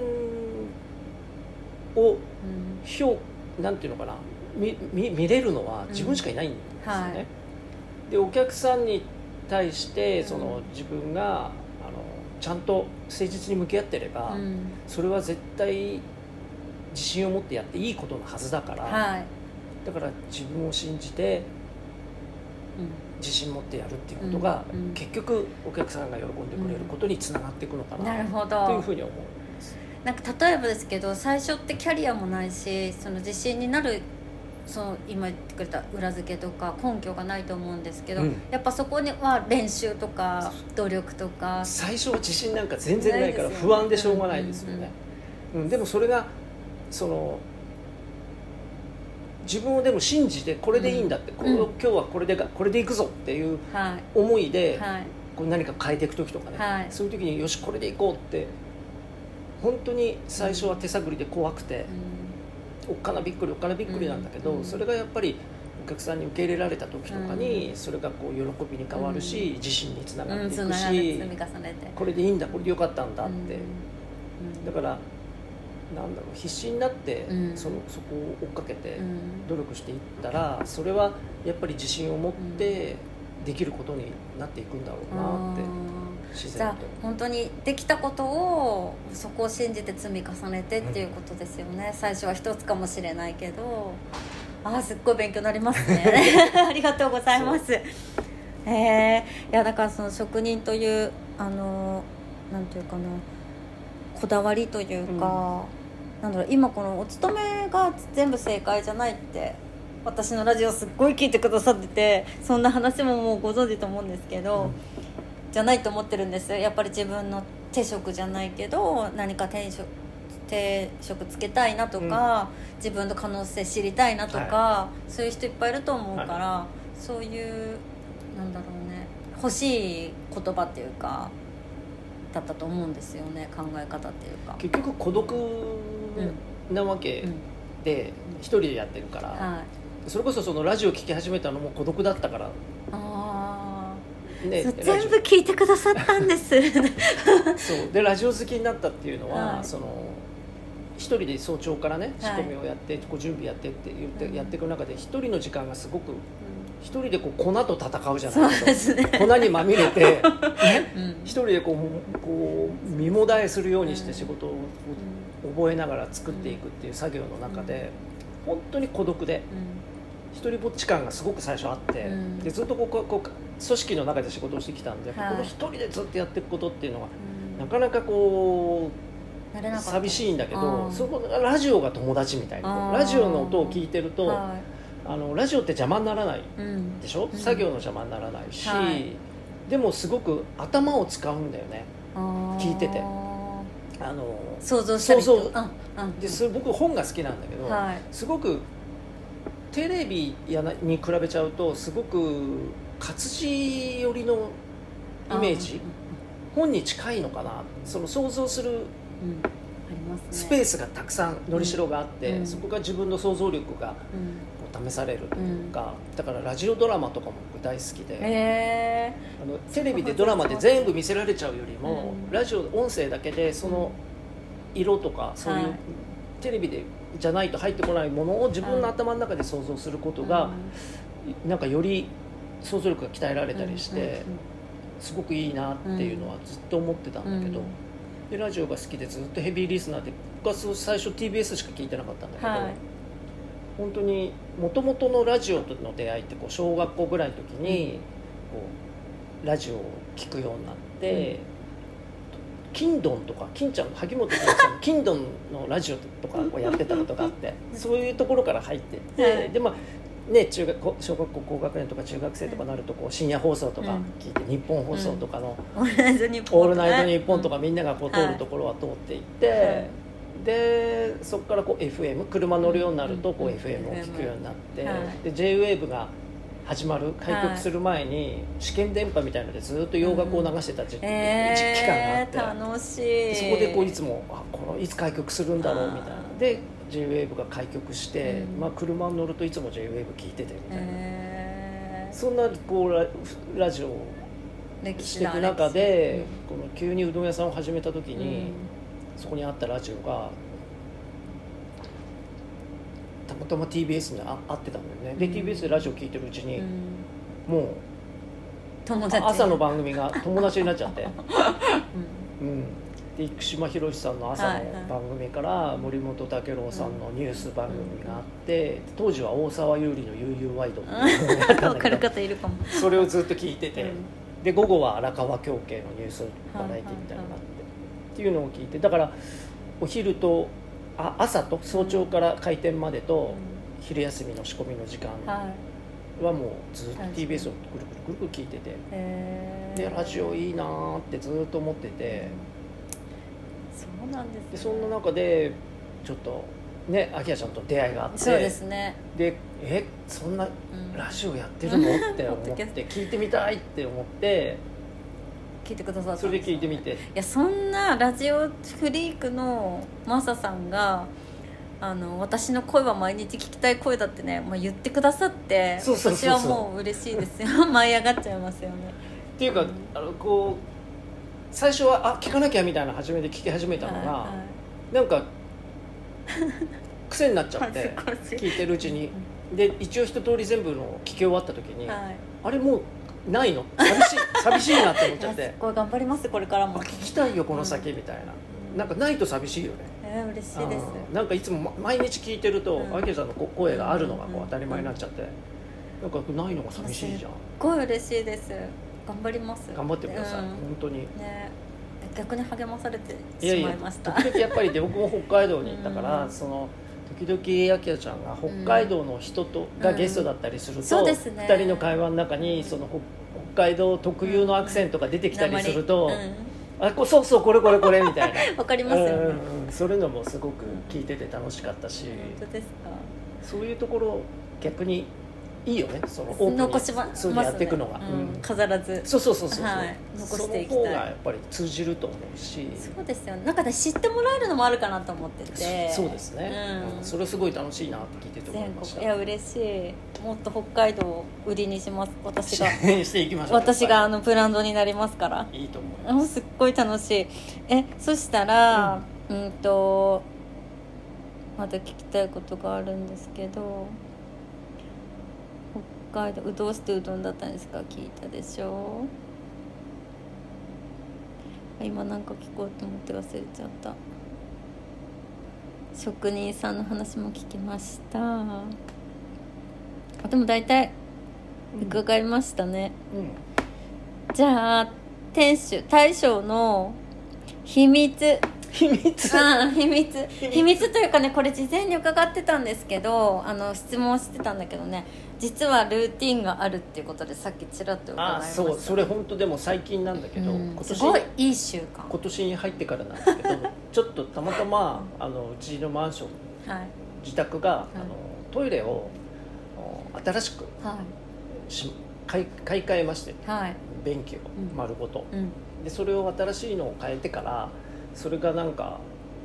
を評なんていうのかな 見, 見, 見れるのは自分しかいないんですよね、うんはい、でお客さんに対してその自分があのちゃんと誠実に向き合ってれば、うん、それは絶対自信を持ってやっていいことのはずだから、はい、だから自分を信じて、うん、自信持ってやるっていうことが、うんうん、結局お客さんが喜んでくれることにつながっていくのかな、なるほどというふうに思う。 なんか例えばですけど最初ってキャリアもないしその自信になるその今言ってくれた裏付けとか根拠がないと思うんですけど、うん、やっぱそこには練習とか努力とか最初は自信なんか全然ないから不安でしょうがないですよね、うんうんうん、でもそれがその自分をでも信じてこれでいいんだって、うん、これ今日はこれでこれでいくぞっていう思いで、はい、こう何か変えていく時とかね、はい、そういう時によしこれでいこうって本当に最初は手探りで怖くて、うん、おっかなびっくりおっかなびっくりなんだけど、うん、それがやっぱりお客さんに受け入れられた時とかにそれがこう喜びに変わるし、うん、自信につながっていくし、うん、積み重ねてこれでいいんだ、これでよかったんだって、うん、だからなんだろう、必死になって、うん、そのそこを追っかけて努力していったら、それはやっぱり自信を持ってできることになっていくんだろうなって、自然と。 じゃあ本当にできたことをそこを信じて積み重ねてっていうことですよね、うん、最初は一つかもしれないけど。あー、すっごい勉強になりますねありがとうございます。えー、いやだからその職人というあのなんていうかな、こだわりというか、うん、なんだろう、今このお勤めが全部正解じゃないって私のラジオすっごい聞いてくださってて、そんな話ももうご存知と思うんですけど、うん、じゃないと思ってるんです。やっぱり自分の手職じゃないけど何か手職定職つけたいなとか、うん、自分の可能性知りたいなとか、はい、そういう人いっぱいいると思うから、はい、そういうなんだろうね、欲しい言葉っていうかだったと思うんですよね、考え方っていうか。 結局孤独なわけで、一人でやってるから、はい、それこそそのラジオ聞き始めたのも孤独だったから。 あね、全部聞いてくださったんですそうでラジオ好きになったっていうのは、はい、その一人で早朝からね仕込みをやって、はい、こう準備やってって言ってやっていく中で一人の時間がすごく、うん、一人でこう粉と戦うじゃないですか、ね、粉にまみれて、ねうん、一人でこう、こう身もだえするようにして仕事を覚えながら作っていくっていう作業の中で、うん、本当に孤独で、うん、一人ぼっち感がすごく最初あって、うん、でずっとこうこうこう組織の中で仕事をしてきたんで、はい、この一人でずっとやっていくことっていうのは、うん、なかなかこう寂しいんだけど、そこラジオが友達みたいな、ラジオの音を聞いてると、はい、あのラジオって邪魔にならないでしょ、うん、作業の邪魔にならないし、はい、でもすごく頭を使うんだよね、聞いてて、あの想像したりと、 そうそうで、それ僕本が好きなんだけど、はい、すごくテレビやなに比べちゃうとすごく活字寄りのイメージ、本に近いのかな、その想像する、うん、ありますね、スペースがたくさんのりしろがあって、うん、そこが自分の想像力がこう試されるというか、うん、だからラジオドラマとかも僕大好きで、えー、あのテレビでドラマで全部見せられちゃうよりも、うん、ラジオ音声だけでその色とかそういう、はい、テレビでじゃないと入ってこないものを自分の頭の中で想像することが、うん、なんかより想像力が鍛えられたりして、うんうんうん、すごくいいなっていうのはずっと思ってたんだけど、うん、でラジオが好きでずっとヘビーリスナーで、僕は最初 ティービーエス しか聞いてなかったんだけど、はい、本当に元々のラジオとの出会いってこう小学校ぐらいの時にこうラジオを聞くようになって、うん、金ドンとか金ちゃん萩本欽ちゃんの金ドンのラジオとかをやってたことがあってそういうところから入ってって、はい、でまあね、中学小学校高学年とか中学生とかなるとこう深夜放送とか聞いて、うん、日本放送とかの、 うん、オールナイトニッポンオールナイトニッポンとかみんながこう通るところは通っていって、はい、でそこからこう エフエム 車乗るようになるとこう エフエム を聞くようになって、はい、で ジェイウェーブ が始まる開局する前に試験電波みたいのでずっと洋楽を流してた時、うんえー、期間があって、 楽しい。 そこでこういつもあこのいつ開局するんだろうみたいなで ジェイウェーブ が開局して、うんまあ、車に乗るといつも ジェイウェーブ 聞いててみたいな、えー、そんなこう ラ, ラジオをしていく中で、うん、この急にうどん屋さんを始めた時に、うん、そこにあったラジオがたまたま ティービーエス にあ合ってたんだよね、で ティービーエス でラジオ聞いてるうちに、うん、もう友達朝の番組が友達になっちゃって、うんうんで生島博さんの朝の番組から森本武郎さんのニュース番組があって、当時は大沢優里の ユーユー ワイドっていうのをやったんだけど分かる方いるかも。 それをずっと聞いてて、うん、で午後は荒川京慶のニュースバラエティみたいなのがあって、っていうのを聞いて、だからお昼とあ朝と早朝から開店までと昼休みの仕込みの時間はもうずっと ティービーエス をぐるぐるぐるぐる聞いてて、でラジオいいなーってずっと思ってて、 そうなんですね、 でそんな中でちょっとねあきらちゃんと出会いがあって、 そうですね、 でえそんなラジオやってるの、うん、って思って聞いてみたいって思って聞いてくださったんです。 それで聞いてみて、いやそんなラジオフリークのマサさんがあの私の声は毎日聞きたい声だってね、まあ、言ってくださって、 そうそうそうそう、 私はもう嬉しいですよ舞い上がっちゃいますよねっていうか、うん、あのこう最初はあ聞かなきゃみたいな初めで聞き始めたのが、はいはい、なんか癖になっちゃって聞いてるうちに、で一応一通り全部の聞き終わった時に、はい、あれもうないの寂しい寂しいなって思っちゃってすごい頑張りますこれからも聞きたいよこの先みたいな、うん、なんかないと寂しいよね。 えー、嬉しいです。 なんかいつも毎日聞いてると、うん、あきちゃんの声があるのがこう当たり前になっちゃって、うん、なんかないのが寂しいじゃん。すっごい嬉しいです。頑張ります。 頑張ってください、うん、本当に、 ね、逆に励まされてしまいました。 いやいや時々やっぱりで僕も北海道に行ったから、うん、その時々あきちゃんが北海道の人と、うん、がゲストだったりすると、うん、そうですね、ふたりの会話の中にその北海道特有のアクセントが出てきたりすると、うん、あそうそうこれこれこれみたいなわかりますよね、うん、 そういうのもすごく聞いてて楽しかったし、 本当ですか。 そういうところ逆にいいよね、そのオープンに残しますね、やっていくのが、 うん、飾らずそうそうそうそう、 はい、残していきたい。 その方がやっぱり通じると思うし、 そうですよね、なんかね知ってもらえるのもあるかなと思ってて、 そうですね、うん、それすごい楽しいなって聞いてて思いました。 いや嬉しい、もっと北海道を売りにします、私がしていきましょう。 私があのブランドになりますから。 いいと思います。 すっごい楽しい。えそしたら、うん、うんとまだ聞きたいことがあるんですけど、北海道どうしてうどんだったんですか聞いたでしょ。今なんか聞こうと思って忘れちゃった。職人さんの話も聞きました。あでも大体伺いましたね、うんうん、じゃあ店主大将の秘密秘密あ秘密秘密というかね、これ事前に伺ってたんですけど、あの質問してたんだけどね、実はルーティンがあるっていうことでさっきちらっと伺いました。 あそう、それ本当でも最近なんだけど、うん、 今年すごいいい習慣、 今年に入ってからなんですけどちょっとたまたまあのうちのマンション、はい、自宅が、はい、あのトイレを新しく、はい、し買い、買い替えまして、はい、便器を丸ごと、うんうん、でそれを新しいのを変えてから、それがなんか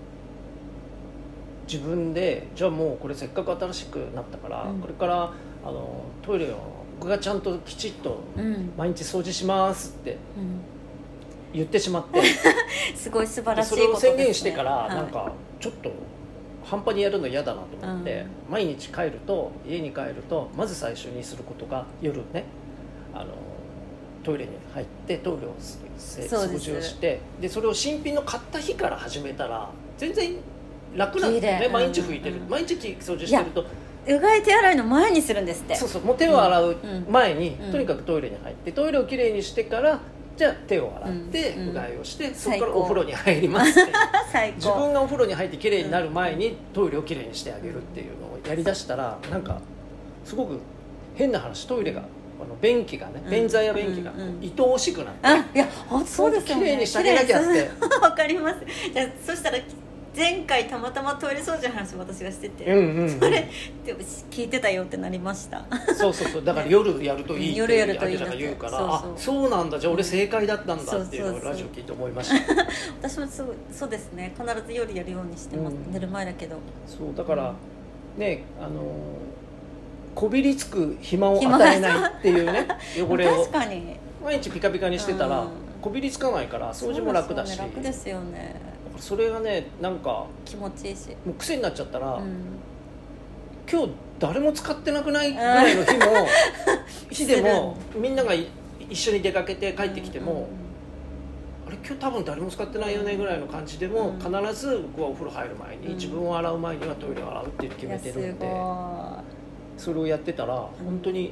自分でじゃあもうこれせっかく新しくなったから、うん、これからあのトイレを僕がちゃんときちっと毎日掃除しますって言ってしまって、うん、 すごい素晴らしいことですね。 それを宣言してからなんかちょっと半端にやるの嫌だなと思って、うん、毎日帰ると家に帰るとまず最初にすることが夜ね、あのトイレに入ってトイレを掃除をして、でそれを新品の買った日から始めたら全然楽なんですよね。毎日拭いてる、うんうん、毎日掃除してるとうがい手洗いの前にするんですって。 そうそう、もう手を洗う前に、うん、とにかくトイレに入ってトイレをきれいにしてからじゃあ手を洗って、うん、うがいをして、そこからお風呂に入りますって最高自分がお風呂に入ってきれいになる前にトイレをきれいにしてあげるっていうのをやりだしたら、なんかすごく変な話、トイレがあの便器がね、便座や便器が愛おしくなって、 うんうん、あいやそうですよね、 きれいにしてあげなきゃってわかります。じゃあそしたら前回たまたまトイレ掃除の話を私がしてて、 うんうんうん、 それ聞いてたよってなりました。 そうそうそう、だから夜やるといいって夜やるといいって言うから、そうそう、あそうなんだ、じゃあ俺正解だったんだっていうのをラジオ聞いて思いました。 私もすごいそうですね、必ず夜やるようにしてます、うん、寝る前だけど。 そうだから、うん、ね、あのこびりつく暇を与えないっていうね汚れを確かに毎日ピカピカにしてたら、うん、こびりつかないから掃除も楽だし、 楽ですよね。 それがね、なんか気持ちいいし、 もう癖になっちゃったら、うん、今日誰も使ってなくないぐらいの日も日でもみんなが一緒に出かけて帰ってきても、うんうん、あれ今日多分誰も使ってないよねぐらいの感じでも、うん、必ず僕はお風呂入る前に、うん、自分を洗う前にはトイレを洗うっていう決めてるんで、それをやってたら本当に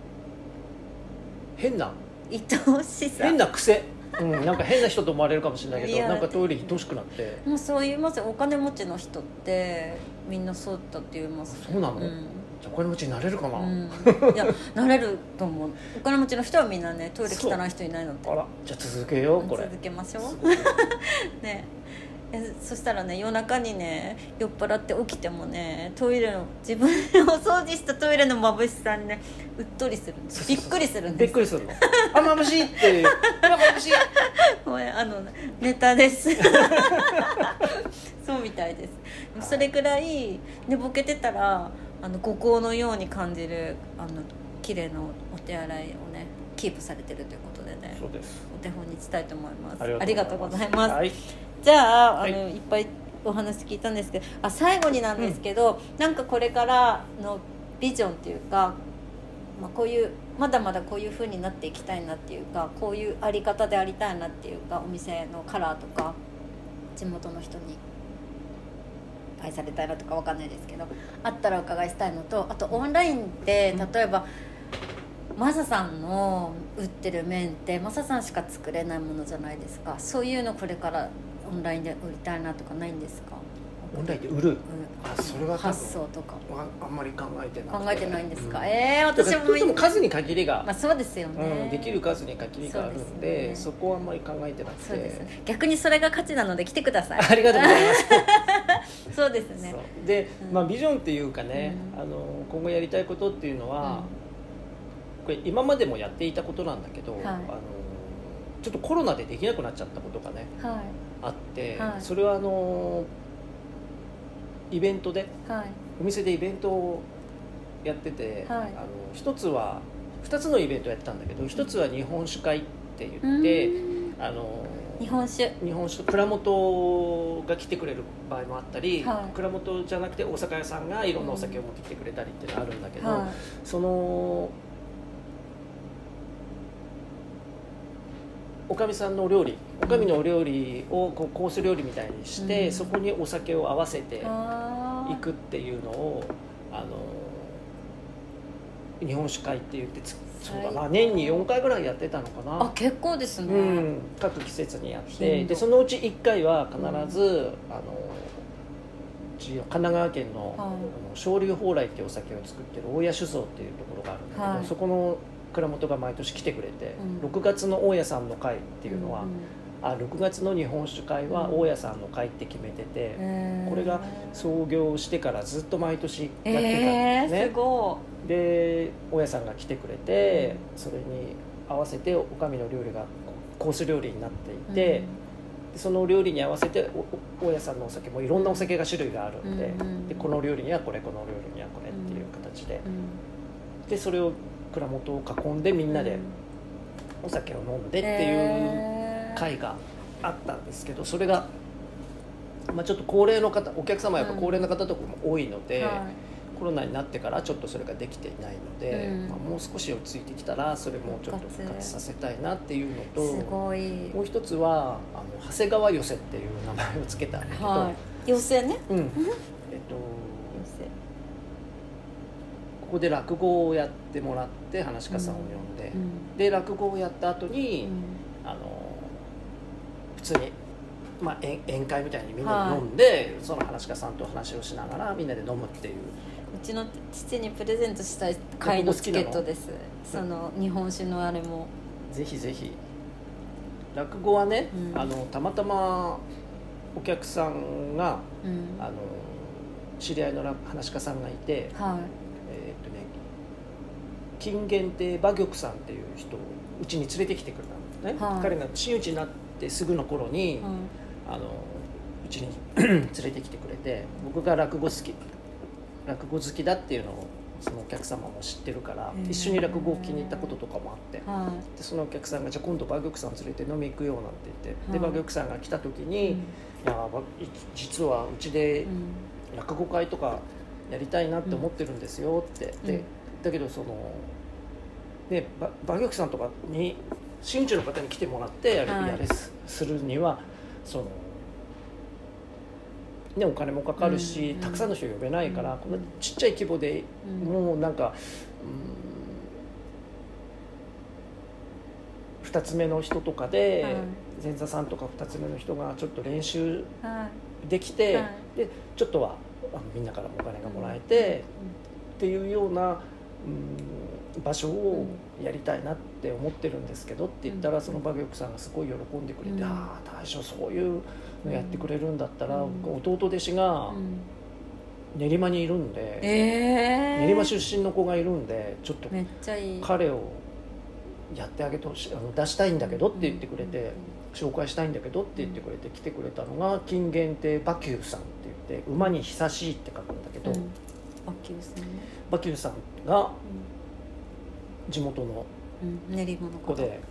変な愛おしさ、 変な癖、うん、なんか変な人と思われるかもしれないけど、なんかトイレ愛おしくなって。 もうそう言いますよ、お金持ちの人ってみんなそうだって言います、ね、 そうなの、うん、じゃあお金持ちになれるかな、うん、 いやなれると思う。お金持ちの人はみんなね、トイレ汚い人いないのって。 あら、じゃあ続けよう、これ続けましょうね。そしたらね、夜中にね酔っ払って起きてもね、トイレの自分を掃除したトイレの眩しさにねうっとりするんです。びっくりするんです。 びっくりするのあ、眩しいっていう、あ、眩しいごめん、あのネタですそうみたいです。 それぐらい寝ぼけてたらあの五光のように感じるあの綺麗なお手洗いをねキープされてるということでね、 そうです、 お手本にしたいと思います。 ありがとうございます。 ありがとうございます、はい、じゃあ、あの、はい、いっぱいお話聞いたんですけど、あ最後になんですけど、うん、なんかこれからのビジョンっていうか、まあ、こういうまだまだこういう風になっていきたいなっていうか、こういうあり方でありたいなっていうか、お店のカラーとか地元の人に愛されたいなとかわかんないですけど、あったらお伺いしたいのと、あとオンラインって例えばマサさんの売ってる麺ってマサさんしか作れないものじゃないですか。そういうのこれからオンラインで売りたいなとかないんですか？ オンラインで売る、うん、 あそれは発想とかあんまり考えてなくて考えてないんですか、 うん、 えー、私もとても数に限りが、 まあ、そうですよね、 うん、できる数に限りがあるん で, そ, で、ね、そこはあんまり考えてなくて、 そうですね、逆にそれが価値なので来てください。 ありがとうございますそうですね。 で、まあ、ビジョンっていうかね、うん、あの今後やりたいことっていうのは、うん、これ今までもやっていたことなんだけど、はい、あのちょっとコロナでできなくなっちゃったことがね、はい、あって、はい、それはあのイベントで、はい、お店でイベントをやってて、はい、あの一つはふたつのイベントをやってたんだけど、一つは日本酒会って言って、あの日本酒日本酒蔵元が来てくれる場合もあったり、はい、蔵元じゃなくてお酒屋さんがいろんなお酒を持ってきてくれたりっていうのがあるんだけど、はい、そのおかみさんのお料理、おかみのお料理をこうコース料理みたいにして、うん、そこにお酒を合わせていくっていうのをあの日本酒会って言って、そうだな、年によんかいぐらいやってたのかな。 あ、結構ですね、 うん、各季節にやって、でそのうちいっかいは必ず、うん、あの神奈川県の、はい、昇龍蓬莱っていうお酒を作ってる大谷酒造っていうところがあるんだけど、はい、そこの蔵元が毎年来てくれて、うん、ろくがつの大谷さんの会っていうのは、うんうん、あろくがつの日本酒会は大谷さんの会って決めてて、うん、これが創業してからずっと毎年やってたんですね、 えー、すごい。で大谷さんが来てくれて、うん、それに合わせておかみの料理がコース料理になっていて、うん、その料理に合わせて大谷さんのお酒もいろんなお酒が種類があるんで、うん、でこの料理にはこれ、この料理にはこれっていう形で、うん、でそれを蔵元を囲んでみんなでお酒を飲んでっていう会があったんですけど、それが、まあ、ちょっと高齢の方、お客様はやっぱ高齢の方とかも多いので、うん、はい、コロナになってからちょっとそれができていないので、うん、まあ、もう少し落ち着いてきたらそれもちょっと復活させたいなっていうのと、 すごい、 もう一つはあの長谷川寄せっていう名前をつけたんだけど、 はい、寄せね、 うん、えっとここで落語をやってもらって噺家さんを呼んで、うん、で落語をやった後に、うん、あの普通に、まあ、宴会みたいにみんなで飲んで、はい、その噺家さんと話をしながらみんなで飲むっていう。 うちの父にプレゼントしたい会のチケットです。その日本酒のあれもぜひぜひ。落語はね、うん、あのたまたまお客さんが、うん、あの知り合いの噺家さんがいて、はい、えーっとね、金限定馬玉さんっていう人をうちに連れてきてくれたんですね、はい、彼が真打ちになってすぐの頃に、はい、あのうちに連れてきてくれて、僕が落語好き落語好きだっていうのをそのお客様も知ってるから、一緒に落語を気に入ったこととかもあって、はい、でそのお客さんがじゃあ今度馬玉さん連れて飲み行くよなんて言って、はい、で馬玉さんが来た時に、うん、いや実はうちで落語会とかやりたいなって思ってるんですよって、うん、でだけどそのね馬玉さんとかに真打の方に来てもらってやれ、はい、やれするにはそのね、お金もかかるし、うん、たくさんの人呼べないから、うん、このちっちゃい規模で、うん、もうなんか、うん、ふたつめの人とかで、はい、前座さんとかふたつめの人がちょっと練習できて、はい、でちょっとはあのみんなからもお金がもらえて、うん、っていうような、うん、場所をやりたいなって思ってるんですけどって言ったら、その馬玉さんがすごい喜んでくれて、うん、ああ大将そういうやってくれるんだったら、うん、弟弟子が練馬にいるんで、えー、練馬出身の子がいるんでちょっと彼をやってあげてほしい、あの出したいんだけどって言ってくれて、紹介したいんだけどって言ってくれて来てくれたのが金限定馬球さんっていうで馬に久しいって書くんだけど、うん、 馬厩さんね馬厩さんが地元の練馬の子で、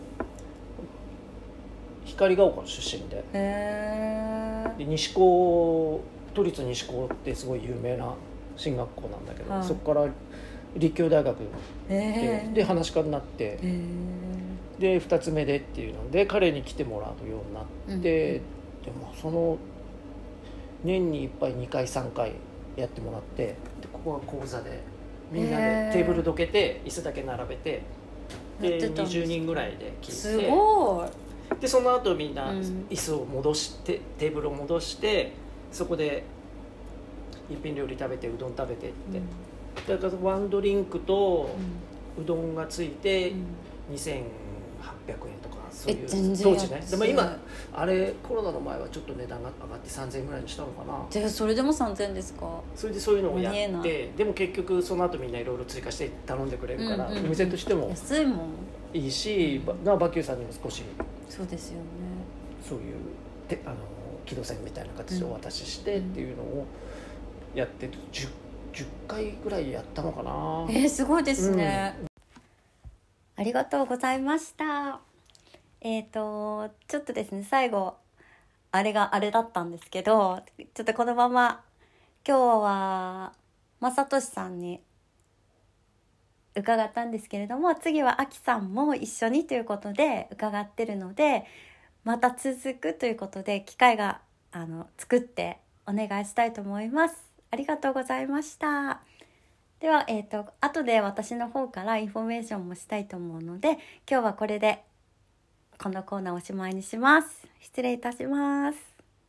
光が丘の出身で、 へで西高都立西高ってすごい有名な進学校なんだけど、はい、そこから立教大学で、で話し家になって、でふたつめでっていうので彼に来てもらうようになって、うん、でもその年にいっぱいにかいさんかいやってもらって、でここは講座でみんなでテーブルどけて椅子だけ並べて、でにじゅうにんぐらいで聞いて、 すごい。 でその後みんな椅子を戻して、うん、テーブルを戻してそこで一品料理食べてうどん食べてって、うん、だからワンドリンクとうどんがついてにせんはっぴゃくえんとか、そういう当時ね。でも今あれコロナの前はちょっと値段が上がってさんぜんえんぐらいにしたのかな。 でそれでもさんぜんえんですか。 それでそういうのをやって、でも結局その後みんないろいろ追加して頼んでくれるから、うんうん、お店としても安いもんいいし、馬厩さんにも少しそうですよね、 そういうてあの軌道線みたいな形でお渡ししてっていうのをやって 10, じゅっかいぐらいやったのかな。 えー、すごいですね、うん、ありがとうございました。えっとちょっとですね、最後あれがあれだったんですけど、ちょっとこのまま今日は正俊さんに伺ったんですけれども、次はあきさんも一緒にということで伺ってるので、また続くということで機会があの作ってお願いしたいと思います。ありがとうございました。では、えーと、後で私の方からインフォメーションもしたいと思うので、今日はこれでこのコーナーおしまいにします。失礼いたします。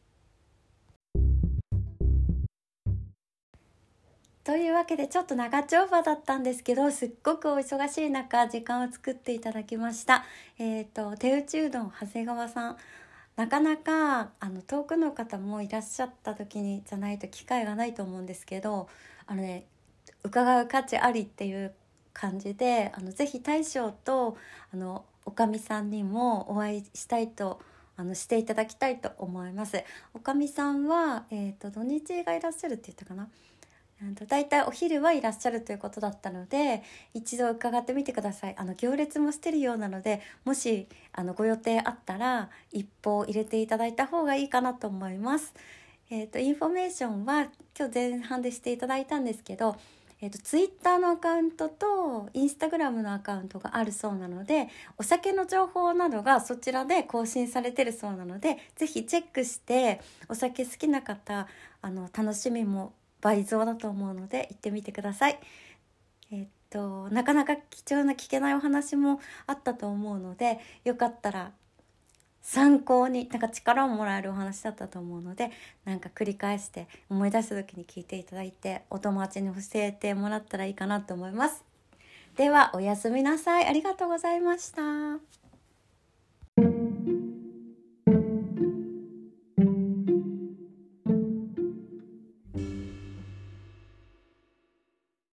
というわけでちょっと長丁場だったんですけど、すっごくお忙しい中時間を作っていただきました。えっと手打ちうどん長谷川さん、なかなかあの遠くの方もいらっしゃった時にじゃないと機会がないと思うんですけど、あのね伺う価値ありっていう感じで、あのぜひ大将とあのおかみさんにもお会いしたいとあのしていただきたいと思います。おかみさんは、えーと、土日がいらっしゃるって言ったかな。だいたいお昼はいらっしゃるということだったので、一度伺ってみてください。あの行列もしてるようなので、もしあのご予定あったら一報入れていただいた方がいいかなと思います。えーと、インフォメーションは今日前半でしていただいたんですけど、えーと、ツイッターのアカウントとインスタグラムのアカウントがあるそうなので、お酒の情報などがそちらで更新されてるそうなので、ぜひチェックしてお酒好きな方、あの楽しみも倍増だと思うので行ってみてください。えっとなかなか貴重な聞けないお話もあったと思うので、よかったら参考に、なんか力をもらえるお話だったと思うので、なんか繰り返して思い出した時に聞いていただいて、お友達に教えてもらったらいいかなと思います。ではおやすみなさい。ありがとうございました。